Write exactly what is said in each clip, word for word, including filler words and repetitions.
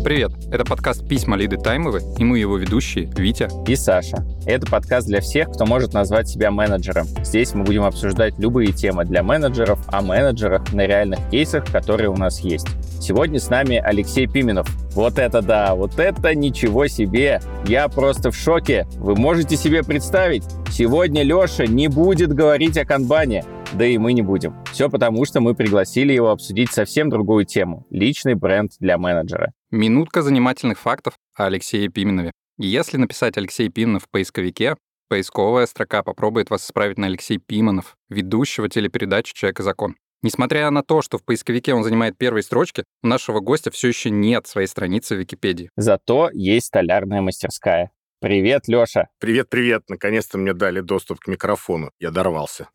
Привет, это подкаст «Письма Лиды Таймовой», и мы его ведущие Витя и Саша. Это подкаст для всех, кто может назвать себя менеджером. Здесь мы будем обсуждать любые темы для менеджеров, о менеджерах на реальных кейсах, которые у нас есть. Сегодня с нами Алексей Пименов. Вот это да, вот это ничего себе! Я просто в шоке. Вы можете себе представить? Сегодня Леша не будет говорить о канбане. Да и мы не будем. Все потому, что мы пригласили его обсудить совсем другую тему – личный бренд для менеджера. Минутка занимательных фактов о Алексее Пименове. Если написать «Алексей Пименов» в поисковике, поисковая строка попробует вас исправить на Алексей Пименов, ведущего телепередачи «Человек и закон». Несмотря на то, что в поисковике он занимает первые строчки, у нашего гостя все еще нет своей страницы в Википедии. Зато есть столярная мастерская. Привет, Лёша. Привет-привет. Наконец-то мне дали доступ к микрофону. Я дорвался.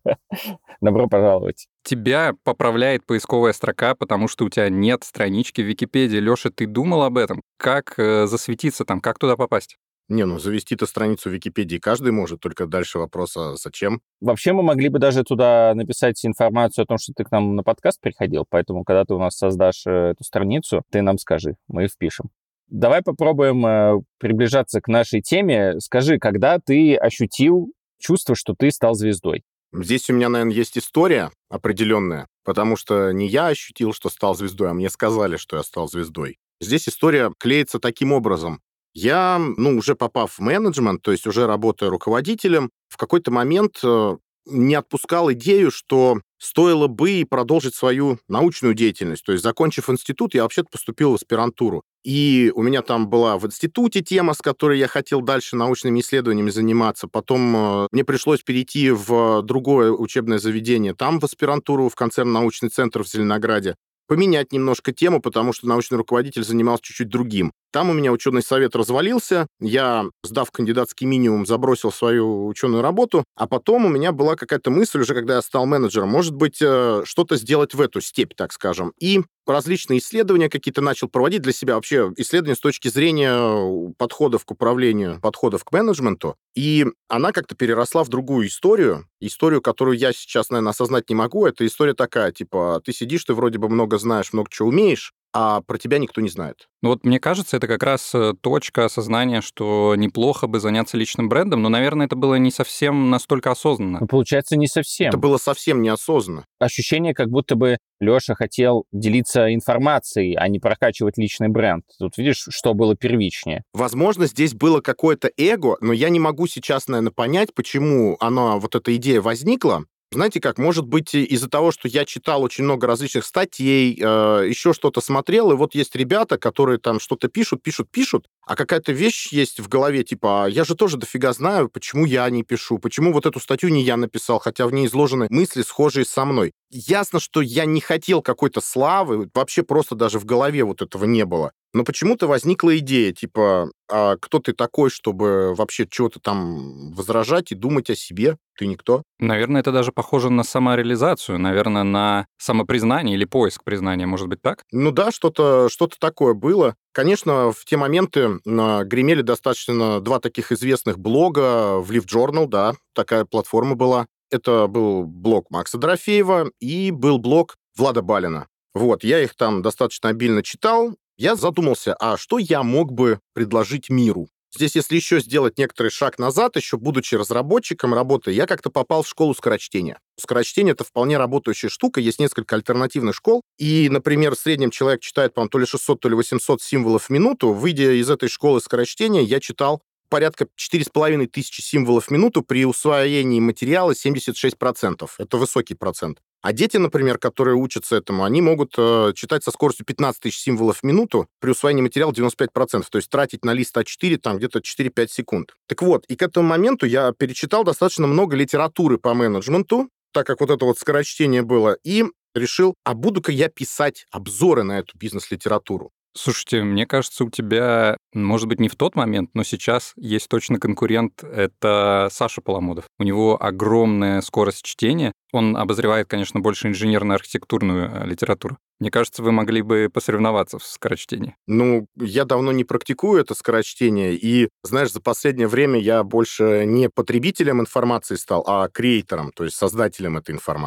Добро пожаловать. Тебя поправляет поисковая строка, потому что у тебя нет странички в Википедии. Лёша, ты думал об этом? Как э, засветиться там? Как туда попасть? Не, ну завести-то страницу в Википедии каждый может, только дальше вопрос, а зачем? Вообще мы могли бы даже туда написать информацию о том, что ты к нам на подкаст приходил, поэтому когда ты у нас создашь эту страницу, ты нам скажи, мы впишем. Давай попробуем э, приближаться к нашей теме. Скажи, когда ты ощутил чувство, что ты стал звездой? Здесь у меня, наверное, есть история определенная, потому что не я ощутил, что стал звездой, а мне сказали, что я стал звездой. Здесь история клеится таким образом. Я, ну, уже попав в менеджмент, то есть уже работая руководителем, в какой-то момент э, не отпускал идею, что стоило бы продолжить свою научную деятельность. То есть, закончив институт, я вообще-то поступил в аспирантуру. И у меня там была в институте тема, с которой я хотел дальше научными исследованиями заниматься. Потом э, мне пришлось перейти в другое учебное заведение. Там в аспирантуру, в концерн-научный центр в Зеленограде. Поменять немножко тему, потому что научный руководитель занимался чуть-чуть другим. Там у меня ученый совет развалился, я, сдав кандидатский минимум, забросил свою ученую работу, а потом у меня была какая-то мысль, уже когда я стал менеджером, может быть, что-то сделать в эту степь, так скажем. И различные исследования какие-то начал проводить для себя, вообще исследования с точки зрения подходов к управлению, подходов к менеджменту. И она как-то переросла в другую историю, историю, которую я сейчас, наверное, осознать не могу. Это история такая, типа, ты сидишь, ты вроде бы много знаешь, много чего умеешь, а про тебя никто не знает. Ну вот мне кажется, это как раз точка осознания, что неплохо бы заняться личным брендом, но, наверное, это было не совсем настолько осознанно. Ну, получается, не совсем. Это было совсем неосознанно. Ощущение, как будто бы Леша хотел делиться информацией, а не прокачивать личный бренд. Тут видишь, что было первичнее. Возможно, здесь было какое-то эго, но я не могу сейчас, наверное, понять, почему она, вот эта идея возникла. Знаете как, может быть, из-за того, что я читал очень много различных статей, э, еще что-то смотрел, и вот есть ребята, которые там что-то пишут, пишут, пишут, а какая-то вещь есть в голове, типа, я же тоже дофига знаю, почему я не пишу, почему вот эту статью не я написал, хотя в ней изложены мысли, схожие со мной. Ясно, что я не хотел какой-то славы, вообще просто даже в голове вот этого не было. Но почему-то возникла идея, типа, а кто ты такой, чтобы вообще чего-то там возражать и думать о себе? Ты никто. Наверное, это даже похоже на самореализацию, наверное, на самопризнание или поиск признания, может быть, так? Ну да, что-то что-то такое было. Конечно, в те моменты гремели достаточно два таких известных блога в LiveJournal, да, такая платформа была. Это был блог Макса Дорофеева и был блог Влада Балина. Вот, я их там достаточно обильно читал. Я задумался, а что я мог бы предложить миру? Здесь, если еще сделать некоторый шаг назад, еще будучи разработчиком работы, я как-то попал в школу скорочтения. Скорочтение — это вполне работающая штука, есть несколько альтернативных школ, и, например, в среднем человек читает, по-моему, то ли шестьсот, то ли восемьсот символов в минуту. Выйдя из этой школы скорочтения, я читал порядка четыре с половиной тысячи символов в минуту при усвоении материала семьдесят шесть процентов. Это высокий процент. А дети, например, которые учатся этому, они могут э, читать со скоростью пятнадцать тысяч символов в минуту при усвоении материала девяносто пять процентов, то есть тратить на лист а четыре там где-то четыре-пять секунд. Так вот, и к этому моменту я перечитал достаточно много литературы по менеджменту, так как вот это вот скорочтение было, и решил, а буду-ка я писать обзоры на эту бизнес-литературу. Слушайте, мне кажется, у тебя, может быть, не в тот момент, но сейчас есть точно конкурент, это Саша Поломудов. У него огромная скорость чтения. Он обозревает, конечно, больше инженерно-архитектурную литературу. Мне кажется, вы могли бы посоревноваться в скорочтении. Ну, я давно не практикую это скорочтение, и, знаешь, за последнее время я больше не потребителем информации стал, а креатором, то есть создателем этой информации.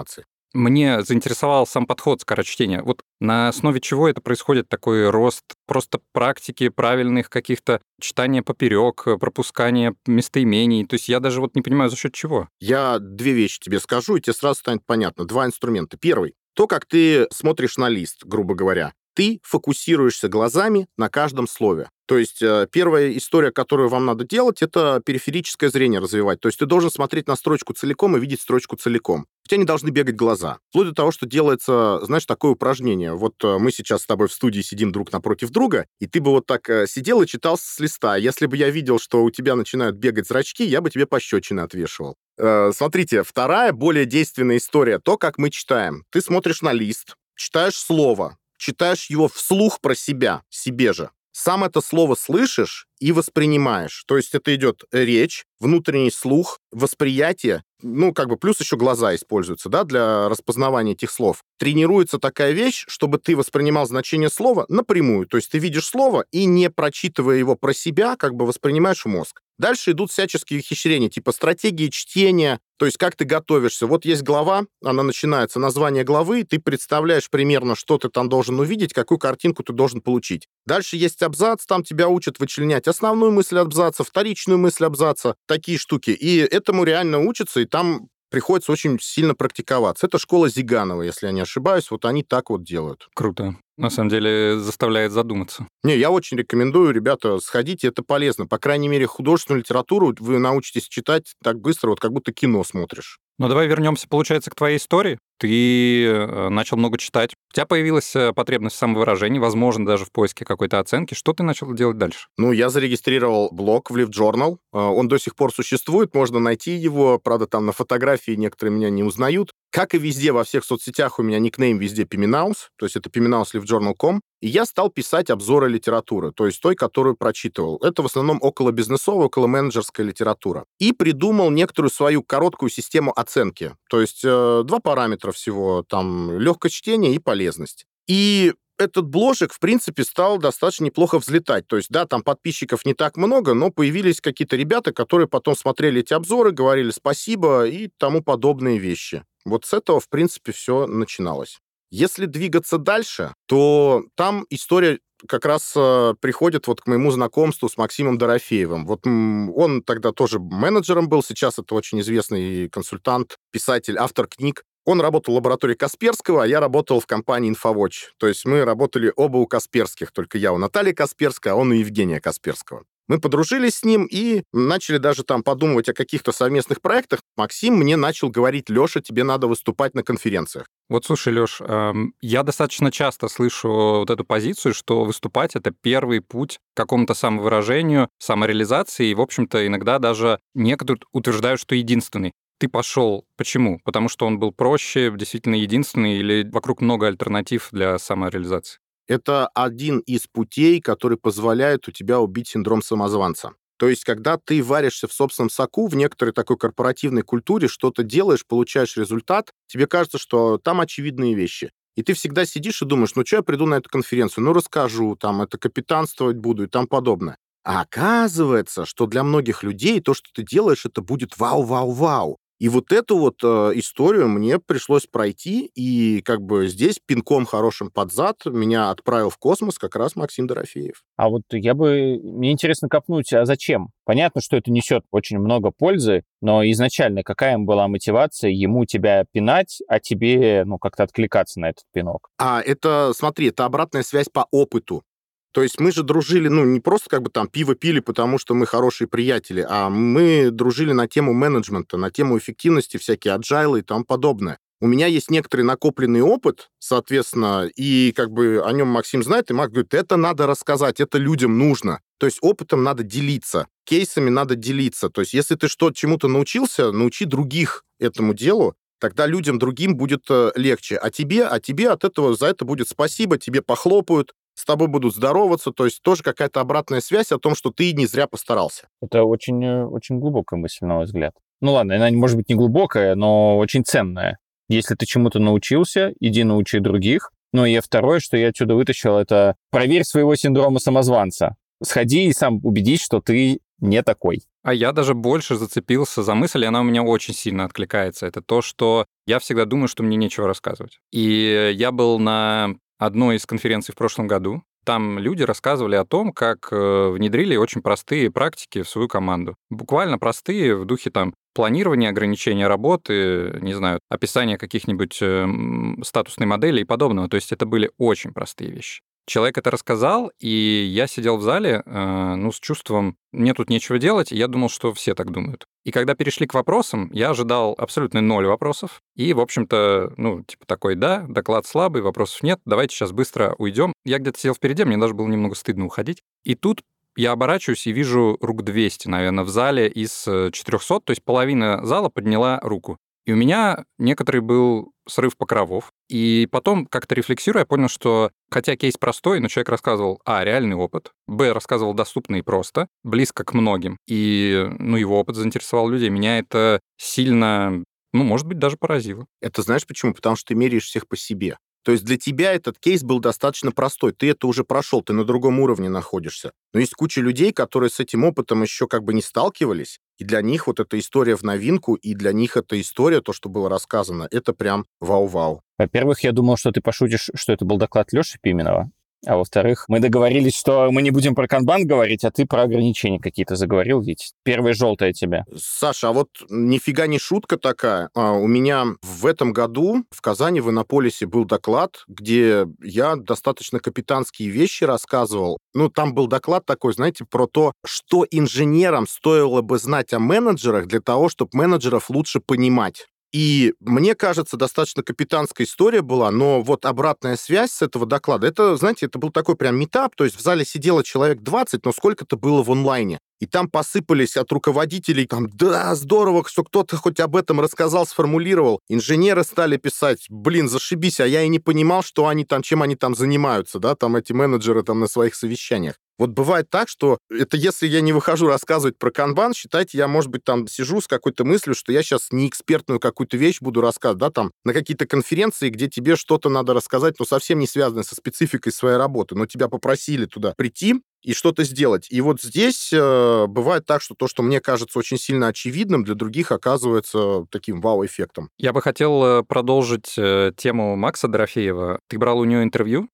Мне заинтересовал сам подход скорочтения. Вот на основе чего это происходит, такой рост просто практики правильных каких-то читания поперек, пропускания местоимений? То есть я даже вот не понимаю, за счет чего. Я две вещи тебе скажу, и тебе сразу станет понятно. Два инструмента. Первый. То, как ты смотришь на лист, грубо говоря. Ты фокусируешься глазами на каждом слове. То есть э, первая история, которую вам надо делать, это периферическое зрение развивать. То есть ты должен смотреть на строчку целиком и видеть строчку целиком. У тебя не должны бегать глаза. Вплоть до того, что делается, знаешь, такое упражнение. Вот э, мы сейчас с тобой в студии сидим друг напротив друга, и ты бы вот так э, сидел и читал с листа. Если бы я видел, что у тебя начинают бегать зрачки, я бы тебе пощечины отвешивал. Э, смотрите, вторая, более действенная история. То, как мы читаем. Ты смотришь на лист, читаешь слово, читаешь его вслух про себя, себе же. Сам это слово слышишь и воспринимаешь. То есть это идет речь, внутренний слух, восприятие, ну, как бы плюс еще глаза используются, да, для распознавания этих слов. Тренируется такая вещь, чтобы ты воспринимал значение слова напрямую. То есть ты видишь слово и, не прочитывая его про себя, как бы воспринимаешь в мозг. Дальше идут всяческие ухищрения, типа стратегии чтения, то есть как ты готовишься. Вот есть глава, она начинается, название главы, ты представляешь примерно, что ты там должен увидеть, какую картинку ты должен получить. Дальше есть абзац, там тебя учат вычленять основную мысль абзаца, вторичную мысль абзаца, такие штуки. И этому реально учатся, и там приходится очень сильно практиковаться. Это школа Зиганова, если я не ошибаюсь, вот они так вот делают. Круто. На самом деле заставляет задуматься. Не, я очень рекомендую, ребята, сходите, это полезно. По крайней мере, художественную литературу вы научитесь читать так быстро, вот как будто кино смотришь. Ну, давай вернемся, получается, к твоей истории. Ты начал много читать. У тебя появилась потребность в самовыражении, возможно, даже в поиске какой-то оценки. Что ты начал делать дальше? Ну, я зарегистрировал блог в LiveJournal. Он до сих пор существует, можно найти его. Правда, там на фотографии некоторые меня не узнают. Как и везде, во всех соцсетях у меня никнейм везде Пименаус, то есть это пименаус точка livejournal точка com. И я стал писать обзоры литературы, то есть той, которую прочитывал. Это в основном околобизнесовая, околоменеджерская литература. И придумал некоторую свою короткую систему оценки. То есть э, два параметра всего, там, легкое чтение и полезность. И этот бложек, в принципе, стал достаточно неплохо взлетать. То есть, да, там подписчиков не так много, но появились какие-то ребята, которые потом смотрели эти обзоры, говорили спасибо и тому подобные вещи. Вот с этого, в принципе, все начиналось. Если двигаться дальше, то там история как раз э, приходит вот к моему знакомству с Максимом Дорофеевым. Вот м, он тогда тоже менеджером был, сейчас это очень известный консультант, писатель, автор книг. Он работал в лаборатории Касперского, а я работал в компании InfoWatch. То есть мы работали оба у Касперских, только я у Натальи Касперской, а он у Евгения Касперского. Мы подружились с ним и начали даже там подумывать о каких-то совместных проектах. Максим мне начал говорить: Леша, тебе надо выступать на конференциях. Вот слушай, Леш, я достаточно часто слышу вот эту позицию, что выступать — это первый путь к какому-то самовыражению, самореализации, и, в общем-то, иногда даже некоторые утверждают, что единственный. Ты пошел. Почему? Потому что он был проще, действительно единственный, или вокруг много альтернатив для самореализации? Это один из путей, который позволяет у тебя убить синдром самозванца. То есть, когда ты варишься в собственном соку, в некоторой такой корпоративной культуре, что-то делаешь, получаешь результат, тебе кажется, что там очевидные вещи. И ты всегда сидишь и думаешь: ну что я приду на эту конференцию, ну расскажу, там, это капитанствовать буду и тому подобное. А оказывается, что для многих людей то, что ты делаешь, это будет вау-вау-вау. И вот эту вот э, историю мне пришлось пройти, и как бы здесь пинком хорошим под зад меня отправил в космос как раз Максим Дорофеев. А вот я бы... Мне интересно копнуть, а зачем? Понятно, что это несет очень много пользы, но изначально какая была мотивация ему тебя пинать, а тебе, ну, как-то откликаться на этот пинок? А это, смотри, это обратная связь по опыту. То есть мы же дружили, ну, не просто как бы там пиво пили, потому что мы хорошие приятели, а мы дружили на тему менеджмента, на тему эффективности, всякие аджайлы и тому подобное. У меня есть некоторый накопленный опыт, соответственно, и как бы о нем Максим знает, и Макс говорит: это надо рассказать, это людям нужно. То есть опытом надо делиться, кейсами надо делиться. То есть если ты что чему-то научился, научи других этому делу, тогда людям другим будет легче. А тебе, а тебе от этого за это будет спасибо, тебе похлопают, с тобой будут здороваться, то есть тоже какая-то обратная связь о том, что ты не зря постарался. Это очень, очень глубокая мысль, на мой взгляд. Ну ладно, она может быть не глубокая, но очень ценная. Если ты чему-то научился, иди научи других. Ну и второе, что я отсюда вытащил, это проверь своего синдрома самозванца. Сходи и сам убедись, что ты не такой. А я даже больше зацепился за мысль, и она у меня очень сильно откликается. Это то, что я всегда думаю, что мне нечего рассказывать. И я был на одной из конференций в прошлом году. Там люди рассказывали о том, как внедрили очень простые практики в свою команду. Буквально простые в духе там планирования, ограничения работы, не знаю, описания каких-нибудь статусной модели и подобного. То есть это были очень простые вещи. Человек это рассказал, и я сидел в зале, э, ну, с чувством, мне тут нечего делать, и я думал, что все так думают. И когда перешли к вопросам, я ожидал абсолютно ноль вопросов. И, в общем-то, ну, типа такой, да, доклад слабый, вопросов нет, давайте сейчас быстро уйдем. Я где-то сидел впереди, мне даже было немного стыдно уходить. И тут я оборачиваюсь и вижу рук двести, наверное, в зале из четырехсот, то есть половина зала подняла руку. И у меня некоторый был срыв покровов. И потом, как-то рефлексируя, я понял, что хотя кейс простой, но человек рассказывал, а, реальный опыт, б, рассказывал доступно и просто, близко к многим. И, ну, его опыт заинтересовал людей. Меня это сильно, ну, может быть, даже поразило. Это знаешь почему? Потому что ты меряешь всех по себе. То есть для тебя этот кейс был достаточно простой. Ты это уже прошел, ты на другом уровне находишься. Но есть куча людей, которые с этим опытом еще как бы не сталкивались, и для них вот эта история в новинку, и для них эта история, то, что было рассказано, это прям вау-вау. Во-первых, я думал, что ты пошутишь, что это был доклад Лёши Пименова. А во-вторых, мы договорились, что мы не будем про канбан говорить, а ты про ограничения какие-то заговорил, ведь первое желтое тебе. Саша, а вот нифига не шутка такая. А, у меня в этом году в Казани в Иннополисе был доклад, где я достаточно капитанские вещи рассказывал. Ну, там был доклад такой, знаете, про то, что инженерам стоило бы знать о менеджерах для того, чтобы менеджеров лучше понимать. И мне кажется, достаточно капитанская история была, но вот обратная связь с этого доклада, это, знаете, это был такой прям митап, то есть в зале сидело человек двадцать, но сколько-то было в онлайне. И там посыпались от руководителей, там, да, здорово, что кто-то хоть об этом рассказал, сформулировал. Инженеры стали писать, блин, зашибись, а я и не понимал, что они там, чем они там занимаются, да, там эти менеджеры там на своих совещаниях. Вот бывает так, что это если я не выхожу рассказывать про канбан, считайте, я, может быть, там сижу с какой-то мыслью, что я сейчас не экспертную какую-то вещь буду рассказывать, да, там, на какие-то конференции, где тебе что-то надо рассказать, но совсем не связанное со спецификой своей работы, но тебя попросили туда прийти и что-то сделать. И вот здесь э, бывает так, что то, что мне кажется очень сильно очевидным, для других оказывается таким вау-эффектом. Я бы хотел продолжить э, тему Макса Дорофеева. Ты брал у него интервью,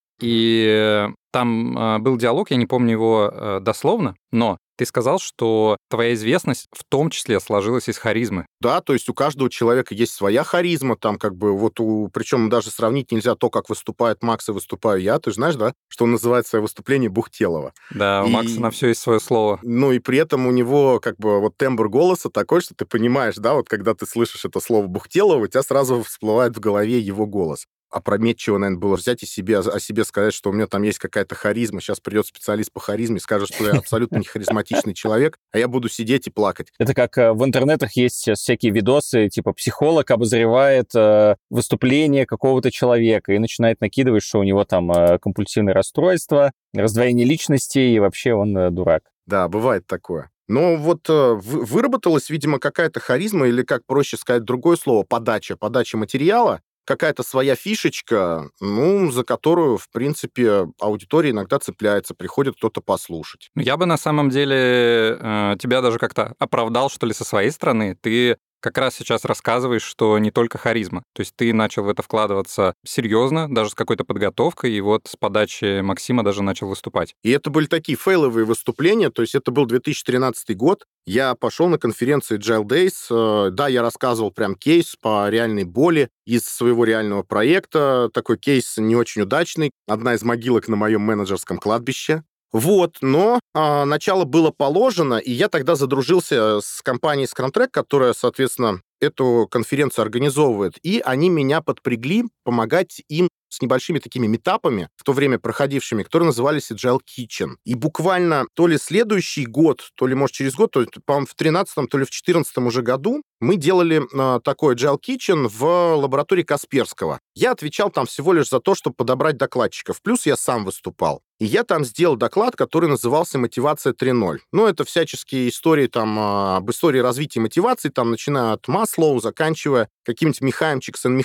и там э, был диалог, я не помню его э, дословно, но ты сказал, что твоя известность в том числе сложилась из харизмы. Да, то есть у каждого человека есть своя харизма, там как бы вот у... Причем даже сравнить нельзя то, как выступает Макс и выступаю я. Ты же знаешь, да, что он называет свое выступление Бухтелово. Да, у и... Макса на все есть свое слово. Ну и при этом у него как бы вот тембр голоса такой, что ты понимаешь, да, вот когда ты слышишь это слово Бухтелово, у тебя сразу всплывает в голове его голос. Опрометчиво, наверное, было взять и себе, о себе сказать, что у меня там есть какая-то харизма, сейчас придет специалист по харизме, скажет, что я абсолютно не харизматичный человек, а я буду сидеть и плакать. Это как в интернетах есть сейчас всякие видосы, типа психолог обозревает э, выступление какого-то человека и начинает накидывать, что у него там э, компульсивное расстройство, раздвоение личности, и вообще он э, дурак. Да, бывает такое. Но вот э, выработалась, видимо, какая-то харизма, или, как проще сказать другое слово, подача, подача материала, какая-то своя фишечка, ну, за которую, в принципе, аудитория иногда цепляется, приходит кто-то послушать. Я бы на самом деле э, тебя даже как-то оправдал, что ли, со своей стороны. Ты как раз сейчас рассказываешь, что не только харизма. То есть ты начал в это вкладываться серьезно, даже с какой-то подготовкой, и вот с подачи Максима даже начал выступать. И это были такие фейловые выступления, то есть это был две тысячи тринадцатый год, я пошел на конференцию Agile Days, да, я рассказывал прям кейс по реальной боли из своего реального проекта, такой кейс не очень удачный, одна из могилок на моем менеджерском кладбище. Вот, но а, начало было положено, и я тогда задружился с компанией ScrumTrack, которая, соответственно, эту конференцию организовывает, и они меня подпрягли помогать им с небольшими такими митапами, в то время проходившими, которые назывались Agile Kitchen. И буквально то ли следующий год, то ли, может, через год, то, по-моему, в тринадцатом, то ли в четырнадцатом уже году мы делали а, такой Agile Kitchen в лаборатории Касперского. Я отвечал там всего лишь за то, чтобы подобрать докладчиков, плюс я сам выступал. И я там сделал доклад, который назывался «Мотивация три ноль». Ну, это всяческие истории там об истории развития мотивации, там, начиная от Маслоу, заканчивая каким-нибудь Михаем Чиксен-Михаем.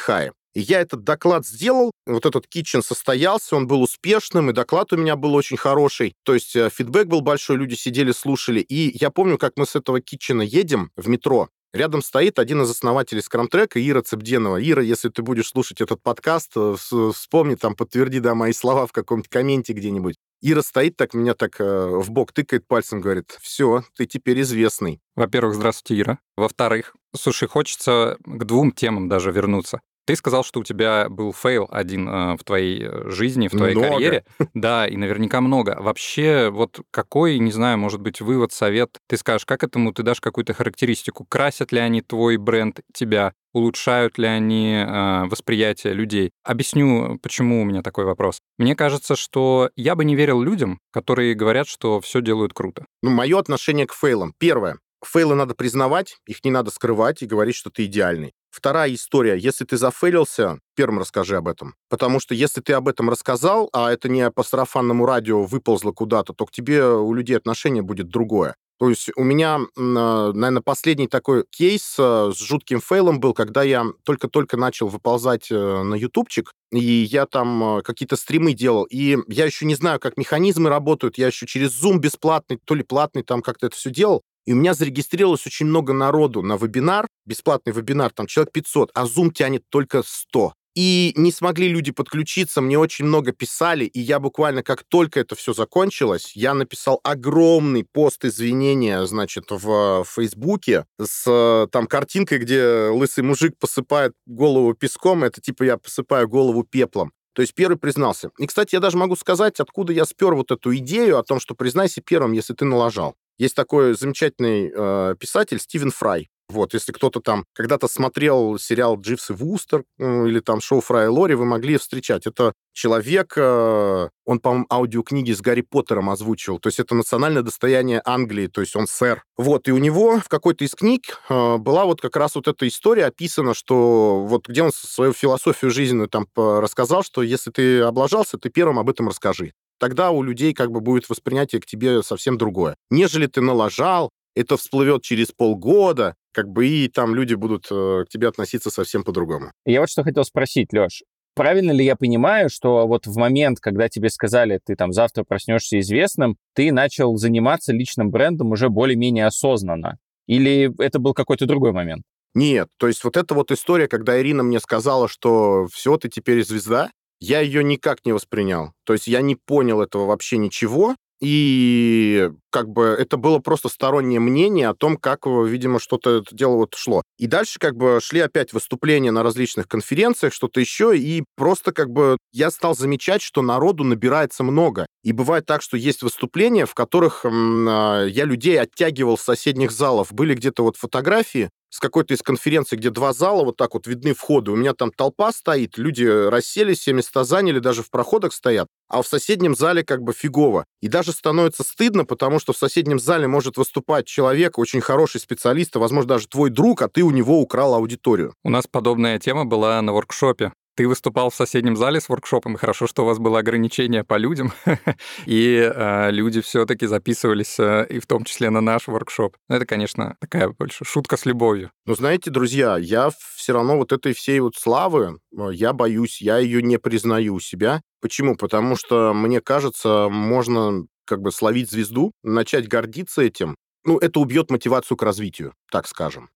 И я этот доклад сделал, вот этот kitchen состоялся, он был успешным, и доклад у меня был очень хороший. То есть фидбэк был большой, люди сидели, слушали. И я помню, как мы с этого kitchen едем в метро. Рядом стоит один из основателей Scrum-трека, Ира Цыбденова. Ира, если ты будешь слушать этот подкаст, вспомни, там, подтверди, да, мои слова в каком-то комменте где-нибудь. Ира стоит так, меня так э, в бок тыкает пальцем, говорит, все, ты теперь известный. Во-первых, здравствуйте, Ира. Во-вторых, слушай, хочется к двум темам даже вернуться. Ты сказал, что у тебя был фейл один э, в твоей жизни, в твоей Много. карьере. Да, и наверняка много. Вообще, вот какой, не знаю, может быть, вывод, совет? Ты скажешь, как этому ты дашь какую-то характеристику? Красят ли они твой бренд, тебя? Улучшают ли они э, восприятие людей? Объясню, почему у меня такой вопрос. Мне кажется, что я бы не верил людям, которые говорят, что все делают круто. Ну, мое отношение к фейлам. Первое. Фейлы надо признавать, их не надо скрывать и говорить, что ты идеальный. Вторая история. Если ты зафейлился, первым расскажи об этом. Потому что если ты об этом рассказал, а это не по сарафанному радио выползло куда-то, то к тебе у людей отношение будет другое. То есть у меня, наверное, последний такой кейс с жутким фейлом был, когда я только-только начал выползать на ютубчик, и я там какие-то стримы делал, и я еще не знаю, как механизмы работают, я еще через Zoom бесплатный, то ли платный, там как-то это все делал, и у меня зарегистрировалось очень много народу на вебинар, бесплатный вебинар, там человек пятьсот, а Zoom тянет только сто. И не смогли люди подключиться, мне очень много писали, и я буквально, как только это все закончилось, я написал огромный пост извинения, значит, в Фейсбуке с там картинкой, где лысый мужик посыпает голову песком, это типа я посыпаю голову пеплом. То есть первый признался. И, кстати, я даже могу сказать, откуда я спер вот эту идею о том, что признайся первым, если ты налажал. Есть такой замечательный э, писатель Стивен Фрай. Вот, если кто-то там когда-то смотрел сериал «Дживс и Вустер» ну, или там шоу Фрая и Лори, вы могли встречать. Это человек, э, он, по-моему, аудиокниги с Гарри Поттером озвучивал, то есть это национальное достояние Англии, то есть он сэр. Вот, и у него в какой-то из книг э, была вот как раз вот эта история описана, что вот где он свою философию жизненную там рассказал, что если ты облажался, ты первым об этом расскажи. Тогда у людей как бы будет воспринятие к тебе совсем другое. Нежели ты налажал, это всплывет через полгода, как бы и там люди будут э, к тебе относиться совсем по-другому. Я вот что хотел спросить, Лёш. Правильно ли я понимаю, что вот в момент, когда тебе сказали, ты там завтра проснешься известным, ты начал заниматься личным брендом уже более-менее осознанно? Или это был какой-то другой момент? Нет, то есть вот эта вот история, когда Ирина мне сказала, что все, ты теперь звезда, я ее никак не воспринял. То есть я не понял этого вообще ничего, и как бы это было просто стороннее мнение о том, как, видимо, что-то это дело вот шло. И дальше как бы шли опять выступления на различных конференциях, что-то еще, и просто как бы я стал замечать, что народу набирается много. И бывает так, что есть выступления, в которых м, я людей оттягивал с соседних залов. Были где-то вот фотографии с какой-то из конференций, где два зала, вот так вот видны входы. У меня там толпа стоит, люди расселись, все места заняли, даже в проходах стоят, а в соседнем зале как бы фигово. И даже становится стыдно, потому что в соседнем зале может выступать человек, очень хороший специалист, а, возможно, даже твой друг, а ты у него украл аудиторию. У нас подобная тема была на воркшопе. Ты выступал в соседнем зале с воркшопом, и хорошо, что у вас было ограничение по людям, и э, люди все-таки записывались, э, и в том числе на наш воркшоп. Но это, конечно, такая больше шутка с любовью. Но знаете, друзья, я все равно вот этой всей вот славы, я боюсь, я ее не признаю у себя. Почему? Потому что, мне кажется, можно как бы словить звезду, начать гордиться этим. Ну, это убьет мотивацию к развитию, так скажем.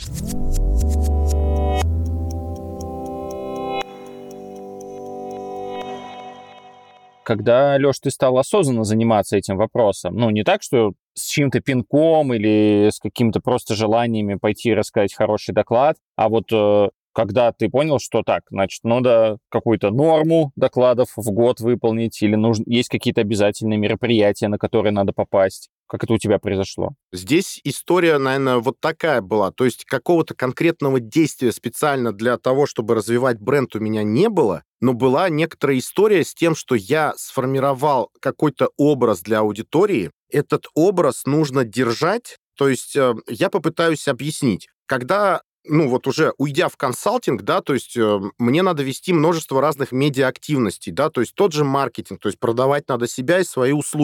Когда, Лёш, ты стал осознанно заниматься этим вопросом, ну, не так, что с чьим-то пинком или с каким-то просто желаниями пойти и рассказать хороший доклад, а вот э, когда ты понял, что так, значит, надо какую-то норму докладов в год выполнить или нужно, есть какие-то обязательные мероприятия, на которые надо попасть. Как это у тебя произошло? Здесь история, наверное, вот такая была. То есть какого-то конкретного действия специально для того, чтобы развивать бренд, у меня не было, но была некоторая история с тем, что я сформировал какой-то образ для аудитории. Этот образ нужно держать. То есть э, я попытаюсь объяснить. Когда ну вот уже уйдя в консалтинг, да, то есть э, мне надо вести множество разных медиа-активностей, да, то есть тот же маркетинг, то есть продавать надо себя и свои услуги.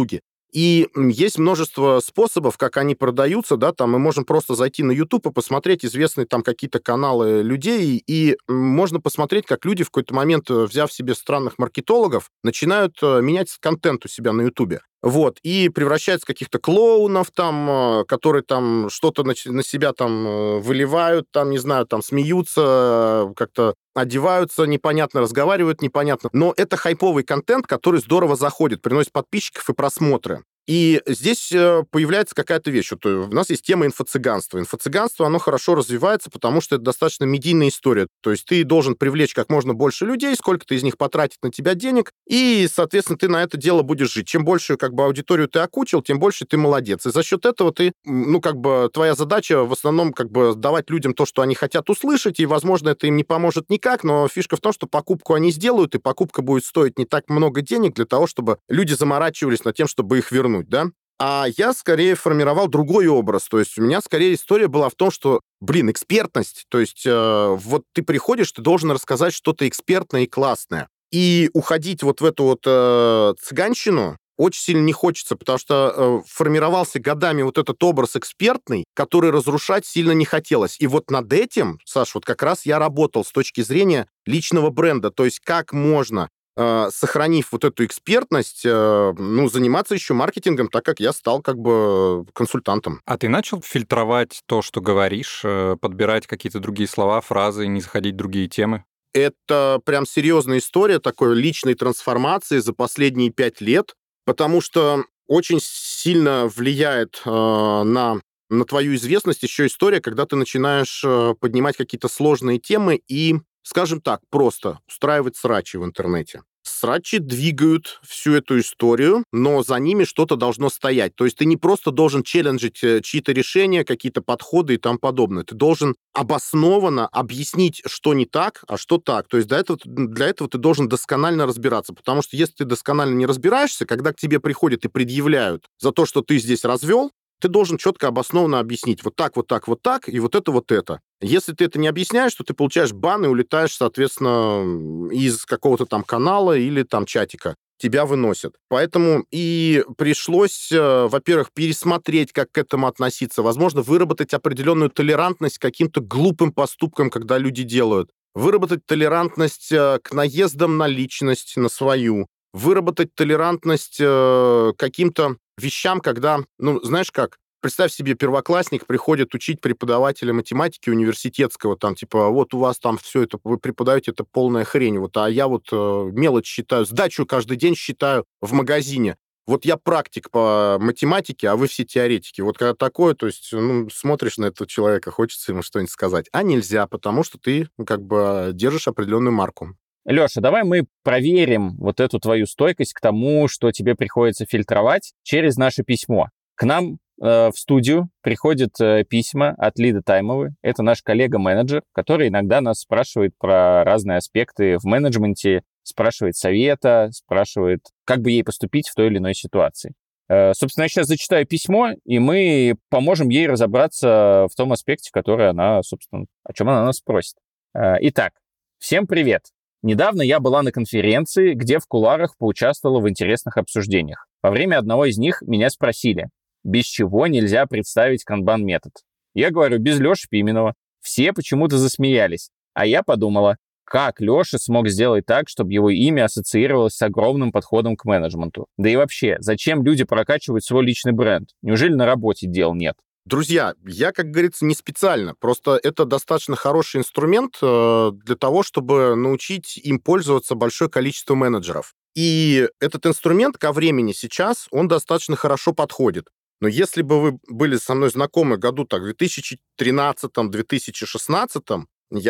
И есть множество способов, как они продаются, да, там мы можем просто зайти на YouTube и посмотреть известные там какие-то каналы людей, и можно посмотреть, как люди в какой-то момент, взяв себе странных маркетологов, начинают менять контент у себя на YouTube. Вот, и превращаются в каких-то клоунов там, которые там что-то на, на себя там выливают, там, не знаю, там смеются, как-то одеваются, непонятно разговаривают, непонятно. Но это хайповый контент, который здорово заходит, приносит подписчиков и просмотры. И здесь появляется какая-то вещь. Вот у нас есть тема инфо-цыганства. Инфо-цыганство, оно хорошо развивается, потому что это достаточно медийная история. То есть ты должен привлечь как можно больше людей, сколько-то из них потратит на тебя денег, и, соответственно, ты на это дело будешь жить. Чем больше как бы аудиторию ты окучил, тем больше ты молодец. И за счет этого ты, ну, как бы, твоя задача в основном как бы давать людям то, что они хотят услышать, и, возможно, это им не поможет никак, но фишка в том, что покупку они сделают, и покупка будет стоить не так много денег для того, чтобы люди заморачивались над тем, чтобы их вернуть. Да? А я скорее формировал другой образ. То есть у меня скорее история была в том, что, блин, экспертность. То есть э, вот ты приходишь, ты должен рассказать что-то экспертное и классное. И уходить вот в эту вот э, цыганщину очень сильно не хочется, потому что э, формировался годами вот этот образ экспертный, который разрушать сильно не хотелось. И вот над этим, Саш, вот как раз я работал с точки зрения личного бренда. То есть как можно, сохранив вот эту экспертность, ну, заниматься еще маркетингом, так как я стал как бы консультантом. А ты начал фильтровать то, что говоришь, подбирать какие-то другие слова, фразы, не заходить в другие темы? Это прям серьезная история такой личной трансформации за последние пять лет, потому что очень сильно влияет э, на, на твою известность еще история, когда ты начинаешь э, поднимать какие-то сложные темы и, скажем так, просто устраивать срачи в интернете. Срачи двигают всю эту историю, но за ними что-то должно стоять. То есть ты не просто должен челленджить чьи-то решения, какие-то подходы и тому подобное. Ты должен обоснованно объяснить, что не так, а что так. То есть для этого, для этого ты должен досконально разбираться. Потому что если ты досконально не разбираешься, когда к тебе приходят и предъявляют за то, что ты здесь развел, ты должен четко обоснованно объяснить вот так, вот так, вот так, и вот это, вот это. Если ты это не объясняешь, то ты получаешь бан и улетаешь, соответственно, из какого-то там канала или там чатика. Тебя выносят. Поэтому и пришлось, во-первых, пересмотреть, как к этому относиться. Возможно, выработать определенную толерантность к каким-то глупым поступкам, когда люди делают. Выработать толерантность к наездам на личность, на свою. Выработать толерантность к каким-то вещам, когда, ну, знаешь как, представь себе, первоклассник приходит учить преподавателя математики университетского, там, типа, вот у вас там все это, вы преподаете, это полная хрень, вот, а я вот э, мелочь считаю, сдачу каждый день считаю в магазине. Вот я практик по математике, а вы все теоретики. Вот когда такое, то есть, ну, смотришь на этого человека, хочется ему что-нибудь сказать. А нельзя, потому что ты, ну, как бы, держишь определенную марку. Леша, давай мы проверим вот эту твою стойкость к тому, что тебе приходится фильтровать через наше письмо. К нам э, в студию приходят э, письма от Лиды Таймовой. Это наш коллега-менеджер, который иногда нас спрашивает про разные аспекты в менеджменте, спрашивает совета, спрашивает, как бы ей поступить в той или иной ситуации. Э, собственно, я сейчас зачитаю письмо, и мы поможем ей разобраться в том аспекте, который она, собственно, о чем она нас просит. Э, итак, всем привет. Недавно я была на конференции, где в кулуарах поучаствовала в интересных обсуждениях. Во время одного из них меня спросили, без чего нельзя представить канбан-метод. Я говорю, без Леши Пименова. Все почему-то засмеялись. А я подумала, как Леша смог сделать так, чтобы его имя ассоциировалось с огромным подходом к менеджменту. Да и вообще, зачем люди прокачивают свой личный бренд? Неужели на работе дел нет? Друзья, я, как говорится, не специально. Просто это достаточно хороший инструмент э, для того, чтобы научить им пользоваться большое количество менеджеров. И этот инструмент ко времени сейчас, он достаточно хорошо подходит. Но если бы вы были со мной знакомы году так, в две тысячи тринадцатом - две тысячи шестнадцатом,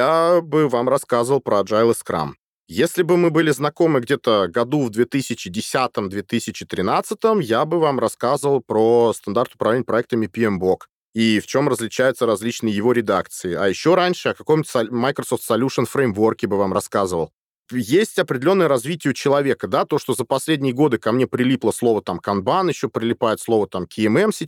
я бы вам рассказывал про Agile и Scrum. Если бы мы были знакомы где-то году в две тысячи десятом - две тысячи тринадцатом, я бы вам рассказывал про стандарт управления проектами пи эм бок и в чем различаются различные его редакции. А еще раньше о каком-то Microsoft Solution Framework бы вам рассказывал. Есть определенное развитие у человека, да, то, что за последние годы ко мне прилипло слово там Kanban, еще прилипает слово там кей эм эм сейчас.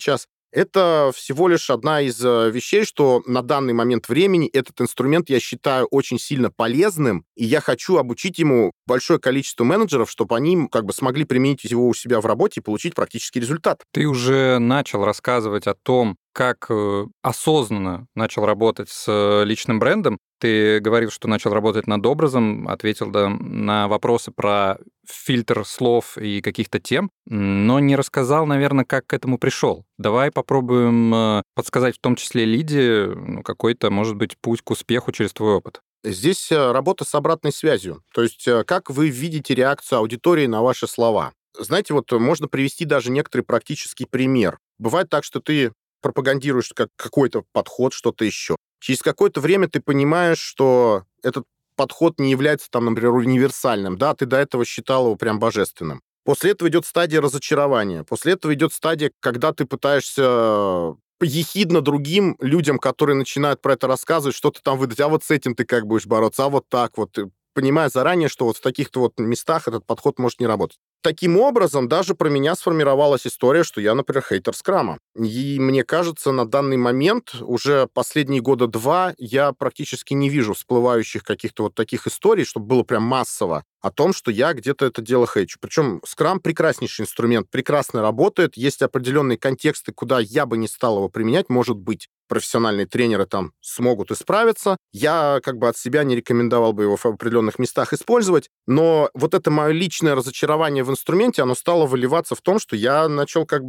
Это всего лишь одна из э, вещей, что на данный момент времени этот инструмент я считаю очень сильно полезным, и я хочу обучить ему большое количество менеджеров, чтобы они как бы смогли применить его у себя в работе и получить практический результат. Ты уже начал рассказывать о том, как э, осознанно начал работать с э, личным брендом. Ты говорил, что начал работать над образом, ответил да, на вопросы про фильтр слов и каких-то тем, но не рассказал, наверное, как к этому пришел. Давай попробуем э, подсказать в том числе Лиде ну, какой-то, может быть, путь к успеху через твой опыт. Здесь э, работа с обратной связью. То есть э, как вы видите реакцию аудитории на ваши слова. Знаете, вот можно привести даже некоторый практический пример. Бывает так, что ты пропагандируешь как какой-то подход, что-то еще. Через какое-то время ты понимаешь, что этот подход не является, там, например, универсальным, да, ты до этого считал его прям божественным. После этого идет стадия разочарования. После этого идет стадия, когда ты пытаешься ехидно другим людям, которые начинают про это рассказывать, что-то там выдать, а вот с этим ты как будешь бороться, а вот так вот, понимая заранее, что вот в таких-то вот местах этот подход может не работать. Таким образом, даже про меня сформировалась история, что я, например, хейтер скрама. И мне кажется, на данный момент, уже последние года два, я практически не вижу всплывающих каких-то вот таких историй, чтобы было прям массово, о том, что я где-то это дело хейчу. Причем скрам прекраснейший инструмент, прекрасно работает, есть определенные контексты, куда я бы не стал его применять, может быть, профессиональные тренеры там смогут исправиться. Я как бы от себя не рекомендовал бы его в определенных местах использовать, но вот это мое личное разочарование в инструменте, оно стало выливаться в том, что я начал как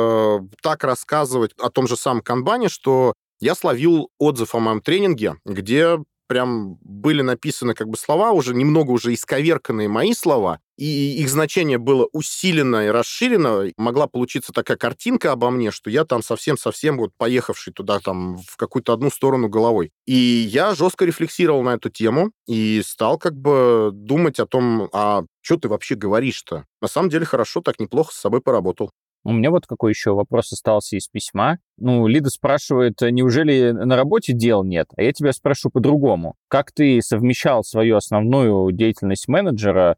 бы так рассказывать о том же самом канбане, что я словил отзыв о моем тренинге, где прям были написаны как бы слова, уже немного уже исковерканные мои слова, и их значение было усилено и расширено. Могла получиться такая картинка обо мне, что я там совсем-совсем вот поехавший туда там в какую-то одну сторону головой. И я жестко рефлексировал на эту тему и стал как бы думать о том, а что ты вообще говоришь-то? На самом деле хорошо, так неплохо с собой поработал. У меня вот какой еще вопрос остался из письма. Ну, Лида спрашивает, неужели на работе дел нет? А я тебя спрошу по-другому. Как ты совмещал свою основную деятельность менеджера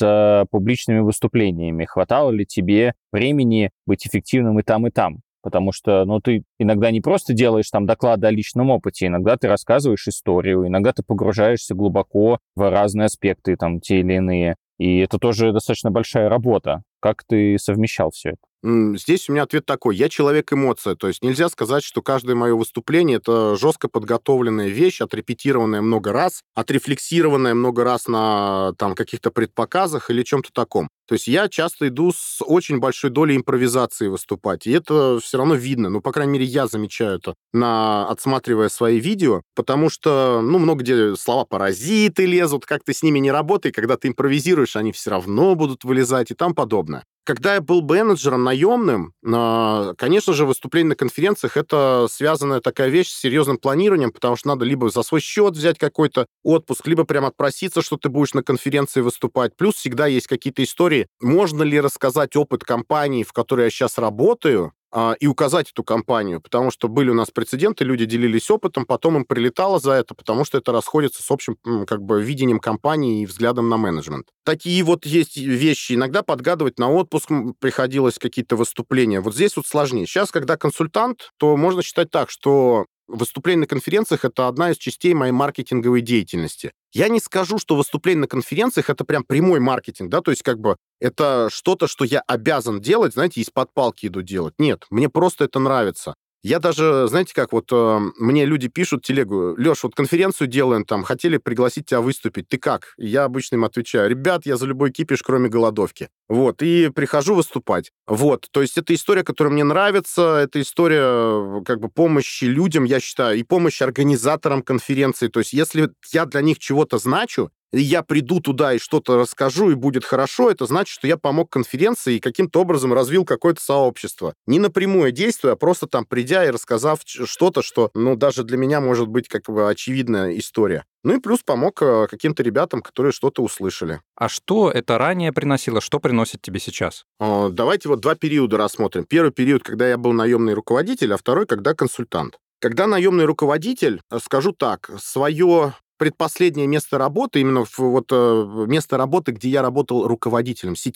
с публичными выступлениями? Хватало ли тебе времени быть эффективным и там, и там? Потому что, ну, ты иногда не просто делаешь там доклады о личном опыте, иногда ты рассказываешь историю, иногда ты погружаешься глубоко в разные аспекты, там, те или иные. И это тоже достаточно большая работа. Как ты совмещал все это? Здесь у меня ответ такой. Я человек-эмоция. То есть нельзя сказать, что каждое мое выступление — это жестко подготовленная вещь, отрепетированная много раз, отрефлексированная много раз на там, каких-то предпоказах или чем-то таком. То есть я часто иду с очень большой долей импровизации выступать, и это все равно видно. Ну, по крайней мере, я замечаю это, на, отсматривая свои видео, потому что, ну, много где слова паразиты лезут, как ты с ними не работай, когда ты импровизируешь, они все равно будут вылезать и там подобное. Когда я был менеджером наемным, конечно же, выступление на конференциях — это связанная такая вещь с серьезным планированием, потому что надо либо за свой счет взять какой-то отпуск, либо прям отпроситься, что ты будешь на конференции выступать. Плюс всегда есть какие-то истории. Можно ли рассказать опыт компании, в которой я сейчас работаю, и указать эту компанию, потому что были у нас прецеденты, люди делились опытом, потом им прилетало за это, потому что это расходится с общим как бы видением компании и взглядом на менеджмент. Такие вот есть вещи. Иногда подгадывать на отпуск приходилось, какие-то выступления. Вот здесь вот сложнее. Сейчас, когда консультант, то можно считать так, что выступление на конференциях — это одна из частей моей маркетинговой деятельности. Я не скажу, что выступление на конференциях — это прям прямой маркетинг, да, то есть как бы это что-то, что я обязан делать, знаете, из-под палки иду делать. Нет, мне просто это нравится. Я даже, знаете, как вот э, мне люди пишут в телегу: Леш, вот конференцию делаем, там, хотели пригласить тебя выступить, ты как? И я обычно им отвечаю: ребят, я за любой кипиш, кроме голодовки. Вот, и прихожу выступать. Вот, то есть это история, которая мне нравится, это история как бы помощи людям, я считаю, и помощи организаторам конференции. То есть если я для них чего-то значу, и я приду туда и что-то расскажу, и будет хорошо, это значит, что я помог конференции и каким-то образом развил какое-то сообщество. Не напрямую действуя, а просто там придя и рассказав что-то, что, ну, даже для меня может быть как бы очевидная история. Ну и плюс помог каким-то ребятам, которые что-то услышали. А что это ранее приносило, что приносит тебе сейчас? Давайте вот два периода рассмотрим. Первый период, когда я был наемный руководитель, а второй, когда консультант. Когда наемный руководитель, скажу так, свое предпоследнее место работы, именно вот место работы, где я работал руководителем, си ти о,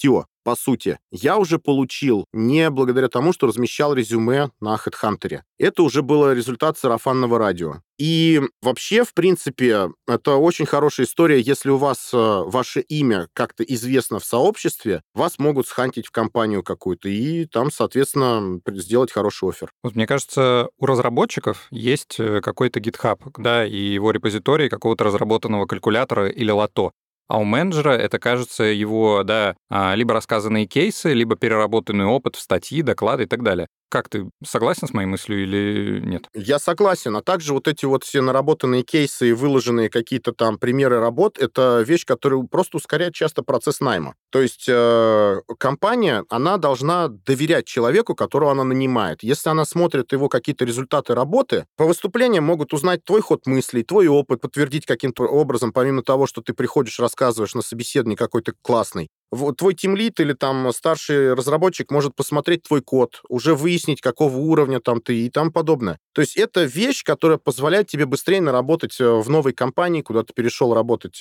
по сути, я уже получил не благодаря тому, что размещал резюме на HeadHunter. Это уже было результат сарафанного радио. И вообще, в принципе, это очень хорошая история, если у вас э, ваше имя как-то известно в сообществе, вас могут схантить в компанию какую-то и там, соответственно, сделать хороший оффер. Вот мне кажется, у разработчиков есть э, какой-то GitHub, да, и его репозиторий какого-то разработанного калькулятора или лото. А у менеджера это, кажется, его, да, а, либо рассказанные кейсы, либо переработанный опыт в статьи, доклады и так далее. Как ты, согласен с моей мыслью или нет? Я согласен. А также вот эти вот все наработанные кейсы и выложенные какие-то там примеры работ, это вещь, которая просто ускоряет часто процесс найма. То есть э, компания, она должна доверять человеку, которого она нанимает. Если она смотрит его какие-то результаты работы, по выступлениям могут узнать твой ход мыслей, твой опыт, подтвердить каким-то образом, помимо того, что ты приходишь, рассказываешь на собеседовании какой-то классный. Вот твой тимлид или там старший разработчик может посмотреть твой код, уже выяснить, какого уровня там ты и тому подобное. То есть это вещь, которая позволяет тебе быстрее наработать в новой компании, куда ты перешел работать,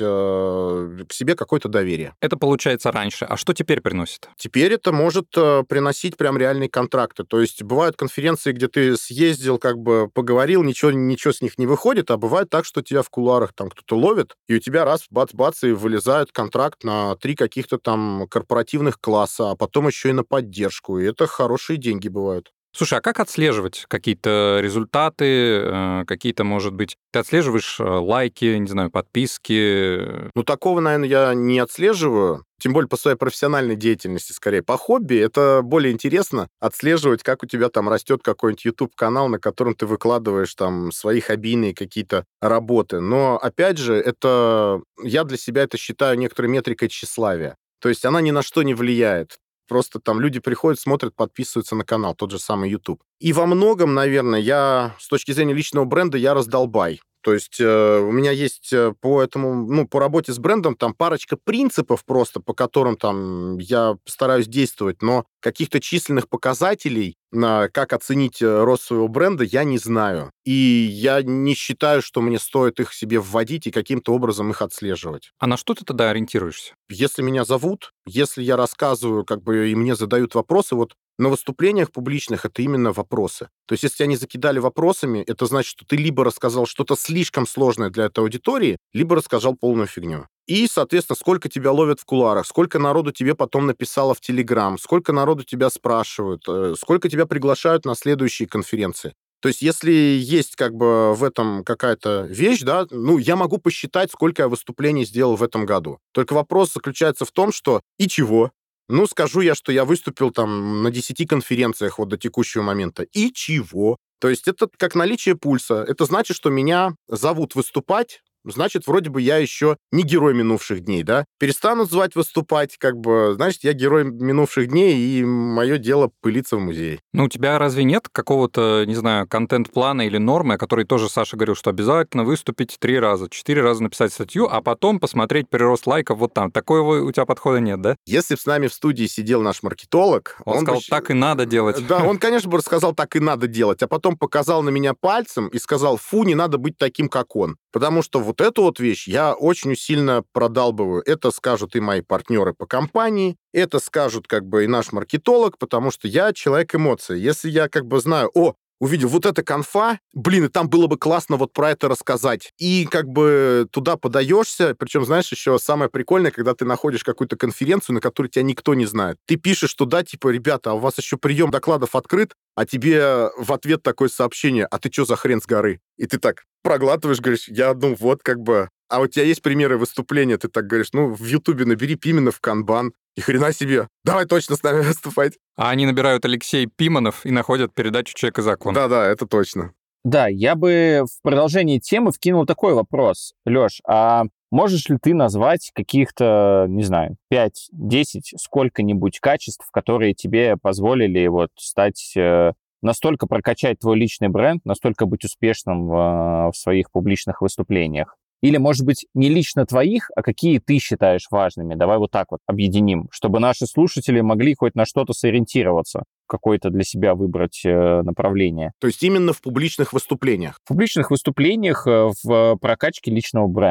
к себе какое-то доверие. Это получается раньше. А что теперь приносит? Теперь это может приносить прям реальные контракты. То есть бывают конференции, где ты съездил, как бы поговорил, ничего, ничего с них не выходит, а бывает так, что тебя в кулуарах там кто-то ловит, и у тебя раз, бац-бац, и вылезает контракт на три каких-то там корпоративных класса, а потом еще и на поддержку. И это хорошие деньги бывают. Слушай, а как отслеживать какие-то результаты, какие-то, может быть, ты отслеживаешь лайки, не знаю, подписки? Ну, такого, наверное, я не отслеживаю. Тем более по своей профессиональной деятельности, скорее. По хобби это более интересно отслеживать, как у тебя там растет какой-нибудь YouTube-канал, на котором ты выкладываешь там свои хоббийные какие-то работы. Но, опять же, это я для себя это считаю некоторой метрикой тщеславия. То есть она ни на что не влияет. Просто там люди приходят, смотрят, подписываются на канал, тот же самый YouTube. И во многом, наверное, я с точки зрения личного бренда, я раздолбай. То есть э, у меня есть по этому, ну, по работе с брендом там парочка принципов просто, по которым там я стараюсь действовать, но каких-то численных показателей, на как оценить рост своего бренда, я не знаю. И я не считаю, что мне стоит их себе вводить и каким-то образом их отслеживать. А на что ты тогда ориентируешься? Если меня зовут, если я рассказываю, как бы, и мне задают вопросы, вот на выступлениях публичных это именно вопросы. То есть если тебя не закидали вопросами, это значит, что ты либо рассказал что-то слишком сложное для этой аудитории, либо рассказал полную фигню. И, соответственно, сколько тебя ловят в кулуарах, сколько народу тебе потом написало в Телеграм, сколько народу тебя спрашивают, сколько тебя приглашают на следующие конференции. То есть если есть как бы в этом какая-то вещь, да, ну, я могу посчитать, сколько я выступлений сделал в этом году. Только вопрос заключается в том, что и чего? Ну, скажу я, что я выступил там на десяти конференциях вот до текущего момента. И чего? То есть это как наличие пульса. Это значит, что меня зовут выступать, значит, вроде бы я еще не герой минувших дней, да? Перестанут звать выступать, как бы, значит, я герой минувших дней, и мое дело пылиться в музее. Ну, у тебя разве нет какого-то, не знаю, контент-плана или нормы, о которой тоже Саша говорил, что обязательно выступить три раза, четыре раза написать статью, а потом посмотреть прирост лайков вот там? Такого у тебя подхода нет, да? Если бы с нами в студии сидел наш маркетолог... Он, он сказал, бы... так и надо делать. Да, он, конечно, бы рассказал, так и надо делать, а потом показал на меня пальцем и сказал, фу, не надо быть таким, как он. Потому что вот эту вот вещь я очень сильно продалбываю. Это скажут и мои партнеры по компании, это скажут как бы и наш маркетолог, потому что я человек эмоций. Если я как бы знаю, о, увидел вот эта конфа, блин, и там было бы классно вот про это рассказать. И как бы туда подаешься, причем, знаешь, еще самое прикольное, когда ты находишь какую-то конференцию, на которой тебя никто не знает. Ты пишешь туда, типа, ребята, а у вас еще прием докладов открыт, а тебе в ответ такое сообщение, а ты что за хрен с горы? И ты так проглатываешь, говоришь, я, ну вот, как бы... А у тебя есть примеры выступления, ты так говоришь, ну, в Ютубе набери Пименов канбан, и хрена себе, давай точно с нами выступать. А они набирают Алексей Пименов и находят передачу «Человек и закон». Да-да, это точно. Да, я бы в продолжении темы вкинул такой вопрос. Лёш, а можешь ли ты назвать каких-то, не знаю, пять-десять, сколько-нибудь качеств, которые тебе позволили вот стать... настолько прокачать твой личный бренд, настолько быть успешным в, в своих публичных выступлениях? Или, может быть, не лично твоих, а какие ты считаешь важными? Давай вот так вот объединим, чтобы наши слушатели могли хоть на что-то сориентироваться, какое-то для себя выбрать э, направление. То есть именно в публичных выступлениях? В публичных выступлениях, в прокачке личного бренда.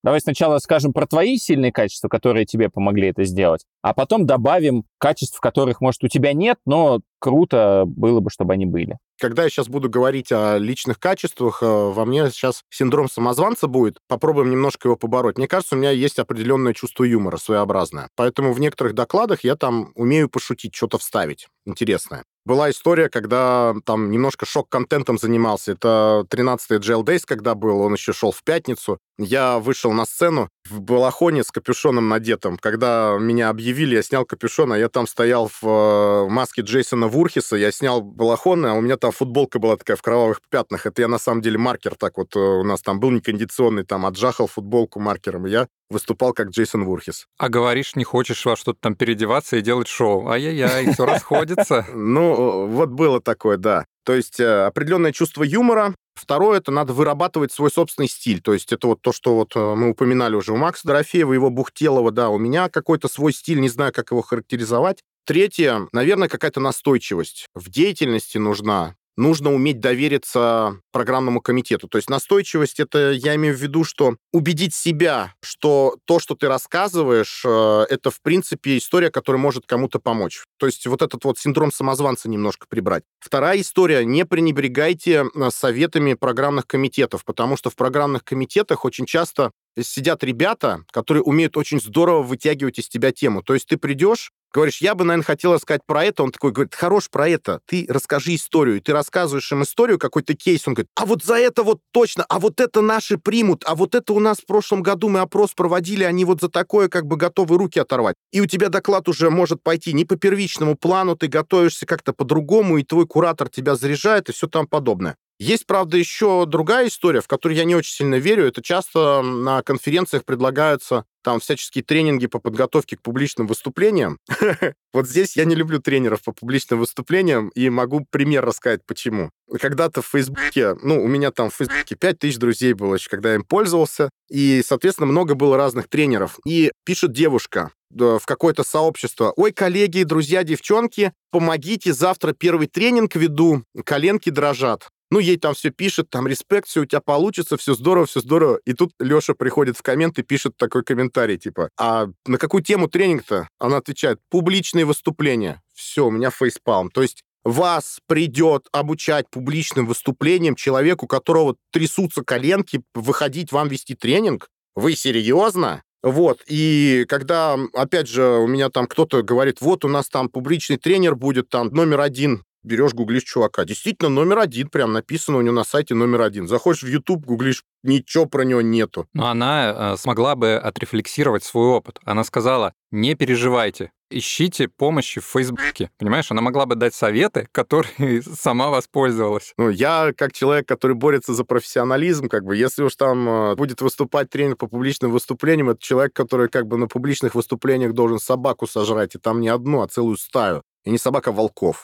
Давай сначала скажем про твои сильные качества, которые тебе помогли это сделать, а потом добавим качеств, которых, может, у тебя нет, но круто было бы, чтобы они были. Когда я сейчас буду говорить о личных качествах, во мне сейчас синдром самозванца будет. Попробуем немножко его побороть. Мне кажется, у меня есть определенное чувство юмора, своеобразное. Поэтому в некоторых докладах я там умею пошутить, что-то вставить интересное. Была история, когда там немножко шок-контентом занимался. Это тринадцатый джи эл Days, когда был, он еще шел в пятницу. Я вышел на сцену в балахоне с капюшоном надетым. Когда меня объявили, я снял капюшон, а я там стоял в маске Джейсона Вурхиса, я снял балахон, а у меня там футболка была такая в кровавых пятнах. Это я, на самом деле, маркер так вот, у нас там был некондиционный, там отжахал футболку маркером, и я выступал как Джейсон Вурхис. А говоришь, не хочешь во что-то там переодеваться и делать шоу. Ай-яй-яй, все расходится. Ну, вот было такое, да. То есть определенное чувство юмора. Второе, это надо вырабатывать свой собственный стиль. То есть это вот то, что вот мы упоминали уже у Макса Дорофеева, его Бухтелова, да, у меня какой-то свой стиль, не знаю, как его характеризовать. Третье, наверное, какая-то настойчивость в деятельности нужна. Нужно уметь довериться программному комитету. То есть настойчивость, это я имею в виду, что убедить себя, что то, что ты рассказываешь, это, в принципе, история, которая может кому-то помочь. То есть вот этот вот синдром самозванца немножко прибрать. Вторая история. Не пренебрегайте советами программных комитетов, потому что в программных комитетах очень часто сидят ребята, которые умеют очень здорово вытягивать из тебя тему. То есть ты придешь, говоришь, я бы, наверное, хотел рассказать про это. Он такой говорит, хорош про это, ты расскажи историю. И ты рассказываешь им историю, какой-то кейс. Он говорит, а вот за это вот точно, а вот это наши примут, а вот это у нас в прошлом году мы опрос проводили, они вот за такое как бы готовы руки оторвать. И у тебя доклад уже может пойти не по первичному плану, ты готовишься как-то по-другому, и твой куратор тебя заряжает, и все там подобное. Есть, правда, еще другая история, в которую я не очень сильно верю. Это часто на конференциях предлагаются там всяческие тренинги по подготовке к публичным выступлениям. Вот здесь я не люблю тренеров по публичным выступлениям, и могу пример рассказать, почему. Когда-то в Фейсбуке, ну, у меня там в Фейсбуке пять тысяч друзей было еще, когда я им пользовался, и, соответственно, много было разных тренеров. И пишет девушка в какое-то сообщество, ой, коллеги, друзья, девчонки, помогите, завтра первый тренинг веду, коленки дрожат. Ну, ей там все пишет, там, респект, все у тебя получится, все здорово, все здорово. И тут Леша приходит в коммент и пишет такой комментарий, типа, а на какую тему тренинг-то? Она отвечает, публичные выступления. Все, у меня фейспалм. То есть вас придет обучать публичным выступлениям человек, у которого трясутся коленки, выходить вам вести тренинг? Вы серьезно? Вот, и когда, опять же, у меня там кто-то говорит, вот у нас там публичный тренер будет, там, номер один, берешь, гуглишь чувака. Действительно, номер один, прям написано у него на сайте номер один. Заходишь в YouTube, гуглишь, ничего про него нету. Но она э, смогла бы отрефлексировать свой опыт. Она сказала, не переживайте, ищите помощи в Фейсбуке. Понимаешь, она могла бы дать советы, которые сама воспользовалась. Ну, я, как человек, который борется за профессионализм, как бы, если уж там э, будет выступать тренер по публичным выступлениям, это человек, который как бы на публичных выступлениях должен собаку сожрать, и там не одну, а целую стаю. И не собака, а волков.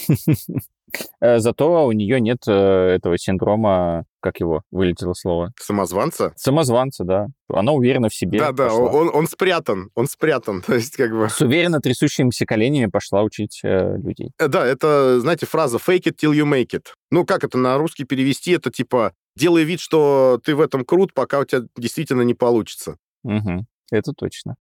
Зато у нее нет этого синдрома, как его вылетело слово? Самозванца? Самозванца, да. Она уверена в себе. Да-да, он, он спрятан, он спрятан. То есть как бы... С уверенно трясущимися коленями пошла учить э, людей. Да, это, знаете, фраза «fake it till you make it». Ну, как это на русский перевести? Это типа «делай вид, что ты в этом крут, пока у тебя действительно не получится». Угу, это точно.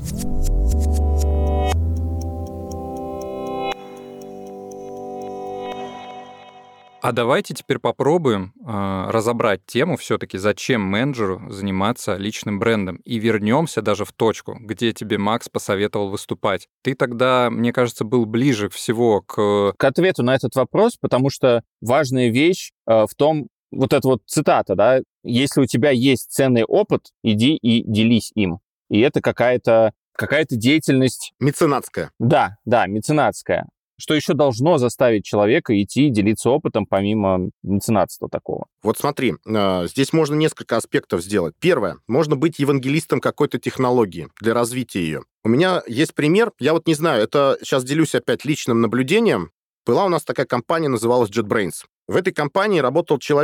А давайте теперь попробуем э, разобрать тему все-таки, зачем менеджеру заниматься личным брендом. И вернемся даже в точку, где тебе Макс посоветовал выступать. Ты тогда, мне кажется, был ближе всего к... К ответу на этот вопрос, потому что важная вещь э, в том, вот эта вот цитата, да, если у тебя есть ценный опыт, иди и делись им. И это какая-то, какая-то деятельность... Меценатская. Да, да, меценатская. Что еще должно заставить человека идти и делиться опытом, помимо меценатства такого? Вот смотри, здесь можно несколько аспектов сделать. Первое, можно быть евангелистом какой-то технологии для развития ее. У меня есть пример, я вот не знаю, это сейчас делюсь опять личным наблюдением. Была у нас такая компания, называлась JetBrains. В этой компании работал человек,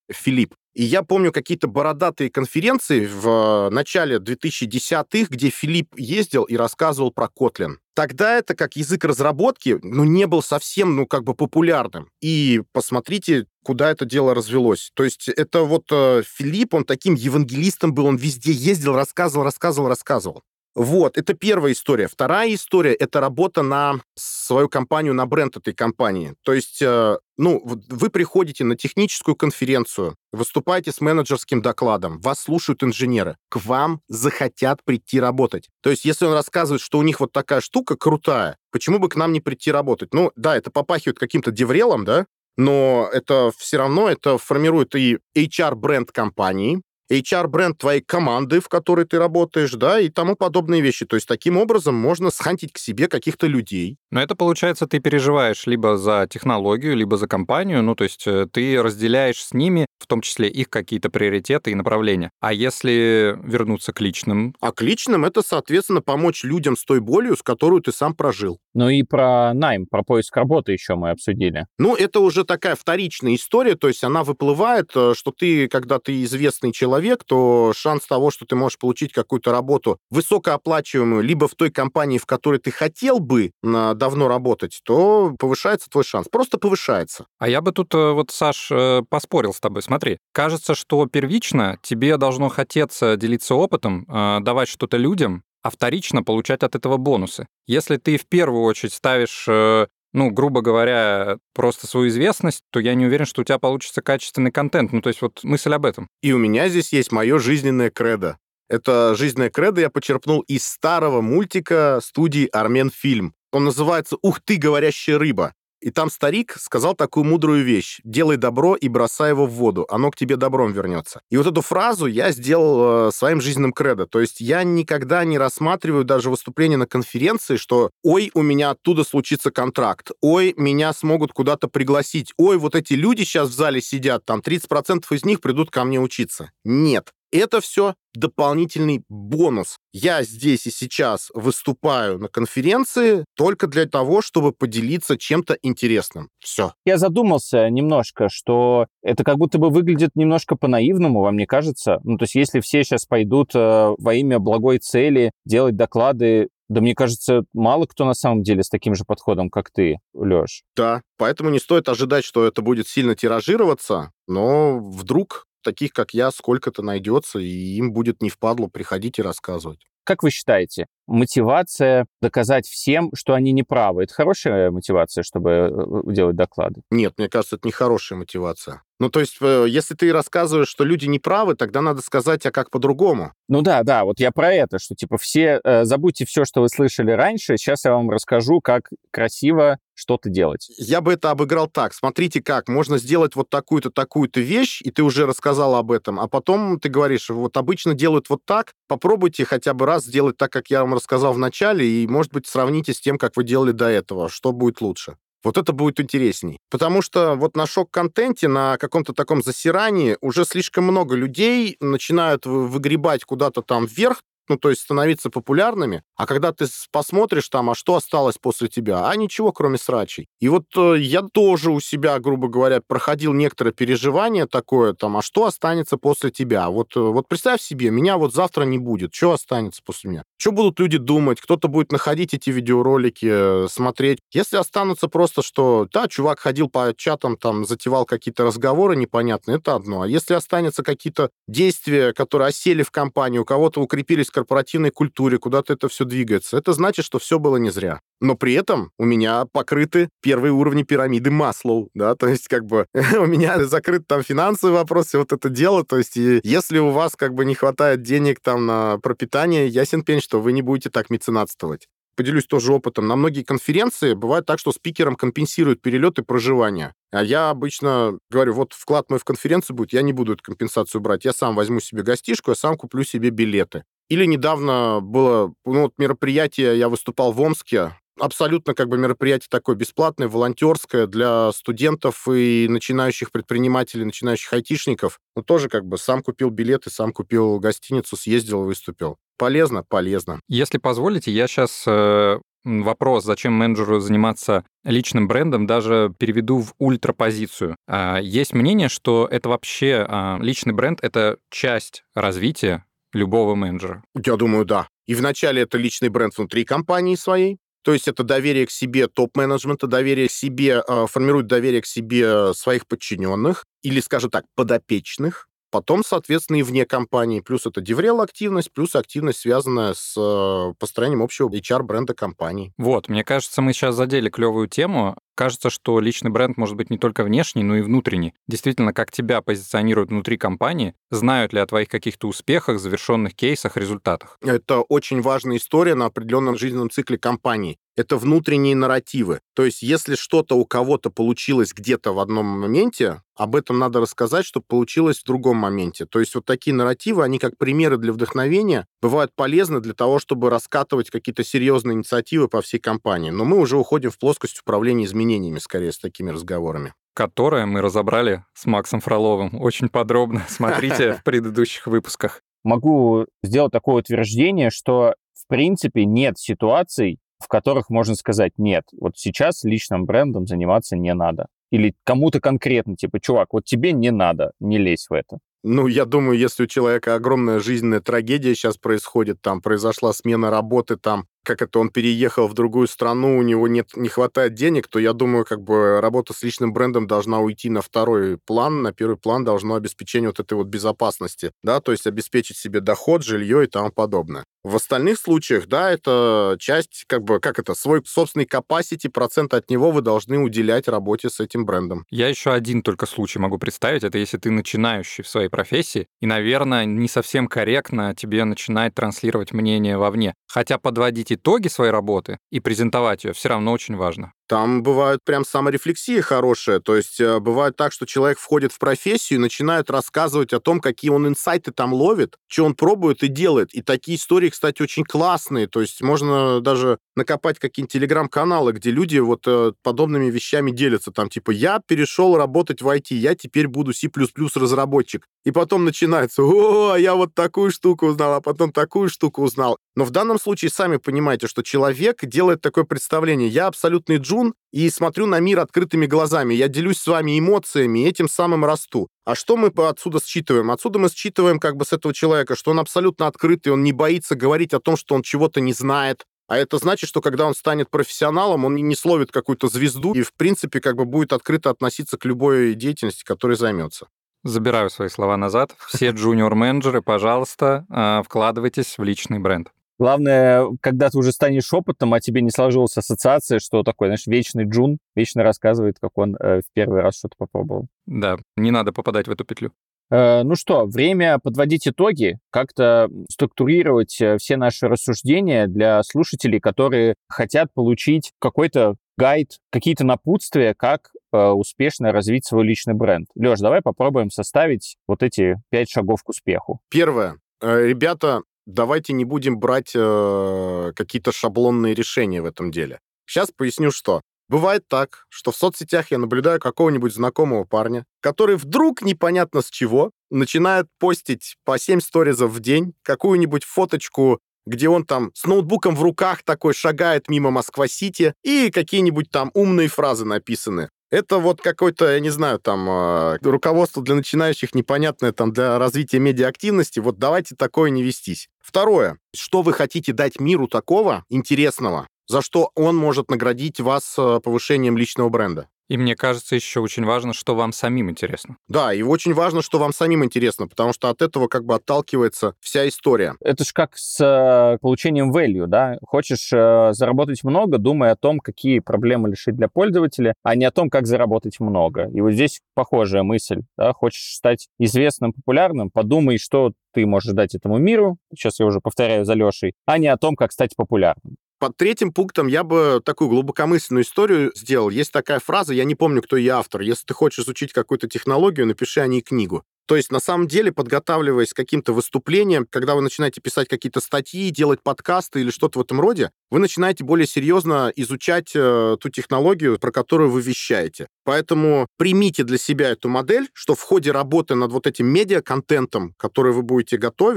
Филипп. И я помню какие-то бородатые конференции в начале две тысячи десятых, где Филипп ездил и рассказывал про Kotlin. Тогда это как язык разработки, ну, не был совсем, ну, как бы популярным. И посмотрите, куда это дело развелось. То есть это вот э, Филипп, он таким евангелистом был, он везде ездил, рассказывал, рассказывал, рассказывал. Вот, это первая история. Вторая история — это работа на свою компанию, на бренд этой компании. То есть, э, ну, вы приходите на техническую конференцию, выступаете с менеджерским докладом, вас слушают инженеры, к вам захотят прийти работать. То есть, если он рассказывает, что у них вот такая штука крутая, почему бы к нам не прийти работать? Ну, да, это попахивает каким-то деврелом, да, но это все равно, это формирует и эйч ар-бренд компании, эйч ар-бренд твоей команды, в которой ты работаешь, да, и тому подобные вещи. То есть таким образом можно схантить к себе каких-то людей. Но это, получается, ты переживаешь либо за технологию, либо за компанию, ну, то есть ты разделяешь с ними, в том числе их какие-то приоритеты и направления. А если вернуться к личным? А к личным — это, соответственно, помочь людям с той болью, с которой ты сам прожил. Ну и про найм, про поиск работы еще мы обсудили. Ну, это уже такая вторичная история, то есть она выплывает, что ты, когда ты известный человек, то шанс того, что ты можешь получить какую-то работу высокооплачиваемую либо в той компании, в которой ты хотел бы давно работать, то повышается твой шанс. Просто повышается. А я бы тут, вот, Саш, поспорил с тобой. Смотри, кажется, что первично тебе должно хотеться делиться опытом, давать что-то людям, а вторично получать от этого бонусы. Если ты в первую очередь ставишь, ну, грубо говоря, просто свою известность, то я не уверен, что у тебя получится качественный контент. Ну, то есть вот мысль об этом. И у меня здесь есть мое жизненное кредо. Это жизненное кредо я почерпнул из старого мультика студии «Арменфильм». Он называется «Ух ты, говорящая рыба». И там старик сказал такую мудрую вещь: «Делай добро и бросай его в воду, оно к тебе добром вернется». И вот эту фразу я сделал э, своим жизненным кредо. То есть я никогда не рассматриваю даже выступление на конференции, что «Ой, у меня оттуда случится контракт», «Ой, меня смогут куда-то пригласить», «Ой, вот эти люди сейчас в зале сидят, там тридцать процентов из них придут ко мне учиться». Нет. Это все дополнительный бонус. Я здесь и сейчас выступаю на конференции только для того, чтобы поделиться чем-то интересным. Все. Я задумался немножко, что это как будто бы выглядит немножко по-наивному, вам не кажется? Ну, то есть если все сейчас пойдут э, во имя благой цели делать доклады, да, мне кажется, мало кто на самом деле с таким же подходом, как ты, Лёш. Да, поэтому не стоит ожидать, что это будет сильно тиражироваться, но вдруг таких, как я, сколько-то найдется, и им будет не впадло приходить и рассказывать. Как вы считаете, мотивация доказать всем, что они не правы, это хорошая мотивация, чтобы делать доклады? Нет, мне кажется, это не хорошая мотивация. Ну, то есть, если ты рассказываешь, что люди не правы, тогда надо сказать, а как по-другому? Ну да, да, вот я про это, что типа все, э, забудьте все, что вы слышали раньше, сейчас я вам расскажу, как красиво что-то делать. Я бы это обыграл так. Смотрите как, можно сделать вот такую-то, такую-то вещь, и ты уже рассказал об этом, а потом ты говоришь, вот обычно делают вот так, попробуйте хотя бы раз сделать так, как я вам рассказал в начале, и, может быть, сравните с тем, как вы делали до этого, что будет лучше. Вот это будет интересней. Потому что вот на шок-контенте, на каком-то таком засирании уже слишком много людей начинают выгребать куда-то там вверх, ну, то есть становиться популярными, а когда ты посмотришь там, а что осталось после тебя? А ничего, кроме срачей. И вот э, я тоже у себя, грубо говоря, проходил некоторое переживание такое, там, а что останется после тебя? Вот, э, вот представь себе, меня вот завтра не будет, что останется после меня? Что будут люди думать? Кто-то будет находить эти видеоролики, э, смотреть. Если останутся просто, что, да, чувак ходил по чатам, там, затевал какие-то разговоры непонятные, это одно. А если останутся какие-то действия, которые осели в компании, у кого-то укрепились корпоративной культуре, куда-то это все двигается. Это значит, что все было не зря. Но при этом у меня покрыты первые уровни пирамиды Маслоу, да, то есть как бы у меня закрыт там финансовый вопрос, все вот это дело, то есть если у вас как бы не хватает денег там на пропитание, ясен пень, что вы не будете так меценатствовать. Поделюсь тоже опытом. На многие конференции бывает так, что спикерам компенсируют перелет и проживание. А я обычно говорю, вот вклад мой в конференцию будет, я не буду эту компенсацию брать, я сам возьму себе гостишку, я сам куплю себе билеты. Или недавно было ну, вот мероприятие, я выступал в Омске, абсолютно как бы мероприятие такое бесплатное, волонтерское для студентов и начинающих предпринимателей, начинающих айтишников. Ну, тоже как бы сам купил билеты, сам купил гостиницу, съездил, выступил. Полезно? Полезно. Если позволите, я сейчас э, вопрос, зачем менеджеру заниматься личным брендом, даже переведу в ультрапозицию. Есть мнение, что это вообще личный бренд — это часть развития любого менеджера. Я думаю, да. И вначале это личный бренд внутри компании своей, то есть это доверие к себе топ-менеджмента, доверие к себе, формирует доверие к себе своих подчиненных или, скажем так, подопечных. Потом, соответственно, и вне компании. Плюс это деврел-активность, плюс активность, связанная с построением общего эйч ар-бренда компании. Вот, мне кажется, мы сейчас задели клевую тему. Кажется, что личный бренд может быть не только внешний, но и внутренний. Действительно, как тебя позиционируют внутри компании, знают ли о твоих каких-то успехах, завершенных кейсах, результатах. Это очень важная история на определенном жизненном цикле компании. Это внутренние нарративы. То есть если что-то у кого-то получилось где-то в одном моменте, об этом надо рассказать, чтобы получилось в другом моменте. То есть вот такие нарративы, они как примеры для вдохновения, бывают полезны для того, чтобы раскатывать какие-то серьезные инициативы по всей компании. Но мы уже уходим в плоскость управления изменениями, скорее, с такими разговорами. Которые мы разобрали с Максом Фроловым очень подробно. Смотрите в предыдущих выпусках. Могу сделать такое утверждение, что, в принципе, нет ситуаций, в которых можно сказать «нет, вот сейчас личным брендом заниматься не надо». Или кому-то конкретно, типа, чувак, вот тебе не надо, не лезь в это. Ну, я думаю, если у человека огромная жизненная трагедия сейчас происходит, там произошла смена работы, там, как это, он переехал в другую страну, у него нет, не хватает денег, то я думаю, как бы работа с личным брендом должна уйти на второй план, на первый план должно обеспечение вот этой вот безопасности, да, то есть обеспечить себе доход, жилье и тому подобное. В остальных случаях, да, это часть, как бы, как это, свой собственный capacity, процент от него вы должны уделять работе с этим брендом. Я еще один только случай могу представить, это если ты начинающий в своей профессии, и, наверное, не совсем корректно тебе начинает транслировать мнение вовне. Хотя подводить итоги своей работы и презентовать ее все равно очень важно. Там бывают прям саморефлексия хорошая, то есть э, бывает так, что человек входит в профессию и начинает рассказывать о том, какие он инсайты там ловит, что он пробует и делает. И такие истории, кстати, очень классные, то есть можно даже накопать какие-нибудь телеграм-каналы, где люди вот э, подобными вещами делятся, там типа «я перешел работать в ай ти, я теперь буду си плюс плюс разработчик». И потом начинается «о, я вот такую штуку узнал, а потом такую штуку узнал». Но в данном случае сами понимаете, что человек делает такое представление «я абсолютный джун, и смотрю на мир открытыми глазами, я делюсь с вами эмоциями, и этим самым расту». А что мы отсюда считываем? Отсюда мы считываем как бы с этого человека, что он абсолютно открытый, он не боится говорить о том, что он чего-то не знает. А это значит, что когда он станет профессионалом, он не словит какую-то звезду и, в принципе, как бы будет открыто относиться к любой деятельности, которой займется. Забираю свои слова назад. Все джуниор-менеджеры, пожалуйста, вкладывайтесь в личный бренд. Главное, когда ты уже станешь опытным, а тебе не сложилась ассоциация, что такое, знаешь, вечный джун, вечно рассказывает, как он э, в первый раз что-то попробовал. Да, не надо попадать в эту петлю. Э, ну что, время подводить итоги, как-то структурировать все наши рассуждения для слушателей, которые хотят получить какой-то гайд, какие-то напутствия, как э, успешно развить свой личный бренд. Лёш, давай попробуем составить вот эти пять шагов к успеху. Первое. Э, ребята, давайте не будем брать э, какие-то шаблонные решения в этом деле. Сейчас поясню, что. Бывает так, что в соцсетях я наблюдаю какого-нибудь знакомого парня, который вдруг непонятно с чего начинает постить по семь сторизов в день, какую-нибудь фоточку, где он там с ноутбуком в руках такой шагает мимо Москва-Сити, и какие-нибудь там умные фразы написаны. Это вот какое-то, я не знаю, там, руководство для начинающих непонятное там для развития медиа-активности. Вот давайте такое не вестись. Второе. Что вы хотите дать миру такого интересного, за что он может наградить вас повышением личного бренда? И мне кажется, еще очень важно, что вам самим интересно. Да, и очень важно, что вам самим интересно, потому что от этого как бы отталкивается вся история. Это ж как с э, получением value, да? Хочешь э, заработать много, думай о том, какие проблемы решить для пользователя, а не о том, как заработать много. И вот здесь похожая мысль, да? Хочешь стать известным, популярным, подумай, что ты можешь дать этому миру, сейчас я уже повторяю за Лешей, а не о том, как стать популярным. Под третьим пунктом я бы такую глубокомысленную историю сделал. Есть такая фраза, я не помню, кто ее автор. Если ты хочешь изучить какую-то технологию, напиши о ней книгу. То есть, на самом деле, подготавливаясь к каким-то выступлениям, когда вы начинаете писать какие-то статьи, делать подкасты или что-то в этом роде, вы начинаете более серьезно изучать э, ту технологию, про которую вы вещаете. Поэтому примите для себя эту модель, что в ходе работы над вот этим медиа-контентом, который вы будете готовить,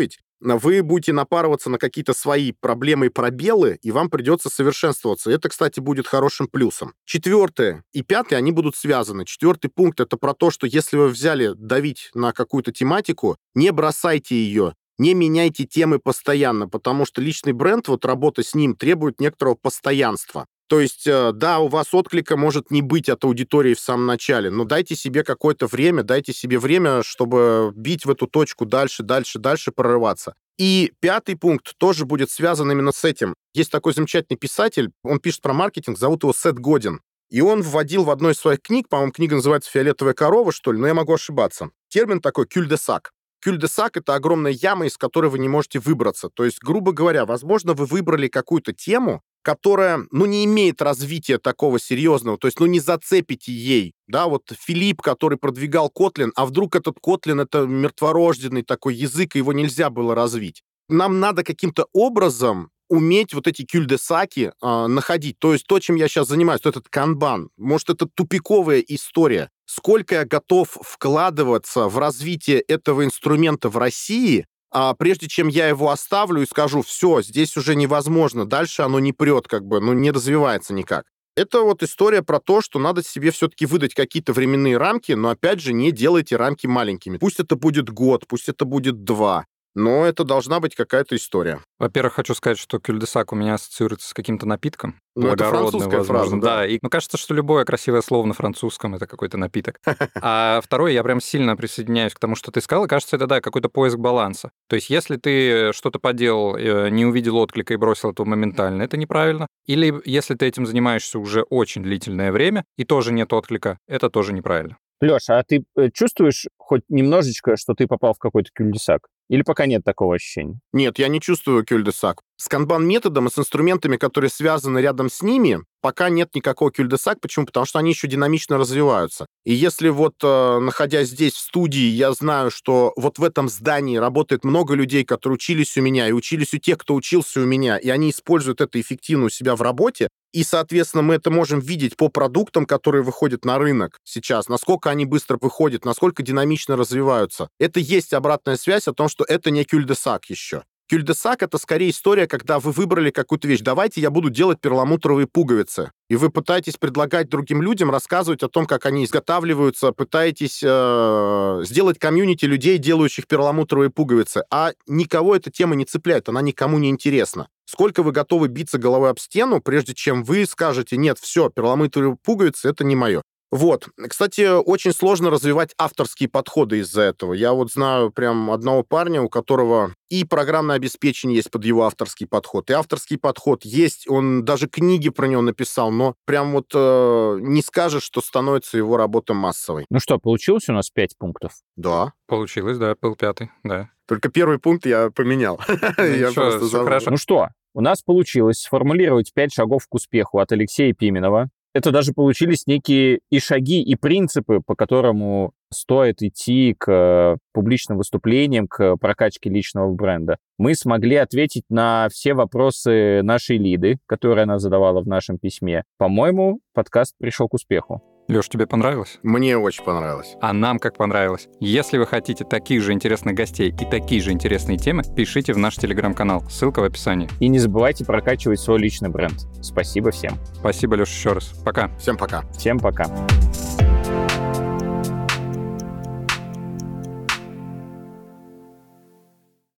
вы будете напарываться на какие-то свои проблемы и пробелы, и вам придется совершенствоваться. Это, кстати, будет хорошим плюсом. Четвертое и пятое, они будут связаны. Четвертый пункт — это про то, что если вы взяли давить на какую-то тематику, не бросайте ее, не меняйте темы постоянно, потому что личный бренд, вот работа с ним требует некоторого постоянства. То есть, да, у вас отклика может не быть от аудитории в самом начале, но дайте себе какое-то время, дайте себе время, чтобы бить в эту точку дальше, дальше, дальше прорываться. И пятый пункт тоже будет связан именно с этим. Есть такой замечательный писатель, он пишет про маркетинг, зовут его Сет Годин. И он вводил в одной из своих книг, по-моему, книга называется «Фиолетовая корова», что ли, но я могу ошибаться. Термин такой «кюль-де-сак». Кюль-де-сак — это огромная яма, из которой вы не можете выбраться. То есть, грубо говоря, возможно, вы выбрали какую-то тему, которая, ну, не имеет развития такого серьезного, то есть, ну, не зацепите ей, да, вот Филипп, который продвигал Kotlin, а вдруг этот Kotlin — это мертворожденный такой язык, и его нельзя было развить. Нам надо каким-то образом уметь вот эти кюль-де-саки э, находить. То есть то, чем я сейчас занимаюсь, то этот канбан, может, это тупиковая история. Сколько я готов вкладываться в развитие этого инструмента в России, а прежде чем я его оставлю и скажу, все, здесь уже невозможно, дальше оно не прет, как бы, ну, не развивается никак. Это вот история про то, что надо себе все-таки выдать какие-то временные рамки, но, опять же, не делайте рамки маленькими. Пусть это будет год, пусть это будет два, но это должна быть какая-то история. Во-первых, хочу сказать, что кюль-де-сак у меня ассоциируется с каким-то напитком. Ну, это французская возможно. фраза, да. Да, и ну, кажется, что любое красивое слово на французском — это какой-то напиток. А второе, я прям сильно присоединяюсь к тому, что ты сказал, и кажется, это, да, какой-то поиск баланса. То есть если ты что-то поделал, не увидел отклика и бросил это моментально, это неправильно. Или если ты этим занимаешься уже очень длительное время, и тоже нет отклика, это тоже неправильно. Лёша, а ты чувствуешь хоть немножечко, что ты попал в какой-то кюль-де-сак? Или пока нет такого ощущения? Нет, я не чувствую кюль-де-сак. С канбан-методом и с инструментами, которые связаны рядом с ними, пока нет никакого кюль-де-сак. Почему? Потому что они еще динамично развиваются. И если вот, э, находясь здесь в студии, я знаю, что вот в этом здании работает много людей, которые учились у меня, и учились у тех, кто учился у меня, и они используют это эффективно у себя в работе, и, соответственно, мы это можем видеть по продуктам, которые выходят на рынок сейчас, насколько они быстро выходят, насколько динамично развиваются. Это есть обратная связь о том, что это не кюль-де-сак еще. Кюль-де-сак — это скорее история, когда вы выбрали какую-то вещь. Давайте я буду делать перламутровые пуговицы. И вы пытаетесь предлагать другим людям, рассказывать о том, как они изготавливаются, пытаетесь э, сделать комьюнити людей, делающих перламутровые пуговицы. А никого эта тема не цепляет, она никому не интересна. Сколько вы готовы биться головой об стену, прежде чем вы скажете, нет, все, перламутровые пуговицы — это не мое. Вот. Кстати, очень сложно развивать авторские подходы из-за этого. Я вот знаю прям одного парня, у которого и программное обеспечение есть под его авторский подход, и авторский подход есть, он даже книги про него написал, но прям вот э, не скажешь, что становится его работа массовой. Ну что, получилось у нас пять пунктов? Да. Получилось, да, был пятый, да. Только первый пункт я поменял. Я просто забыл. Ну что, у нас получилось сформулировать пять шагов к успеху от Алексея Пименова. Это даже получились некие и шаги, и принципы, по которому стоит идти к публичным выступлениям, к прокачке личного бренда. Мы смогли ответить на все вопросы нашей Лиды, которые она задавала в нашем письме. По-моему, подкаст пришел к успеху. Лёш, тебе понравилось? Мне очень понравилось. А нам как понравилось. Если вы хотите таких же интересных гостей и такие же интересные темы, пишите в наш телеграм-канал. Ссылка в описании. И не забывайте прокачивать свой личный бренд. Спасибо всем. Спасибо, Лёш, еще раз. Пока. Всем пока. Всем пока.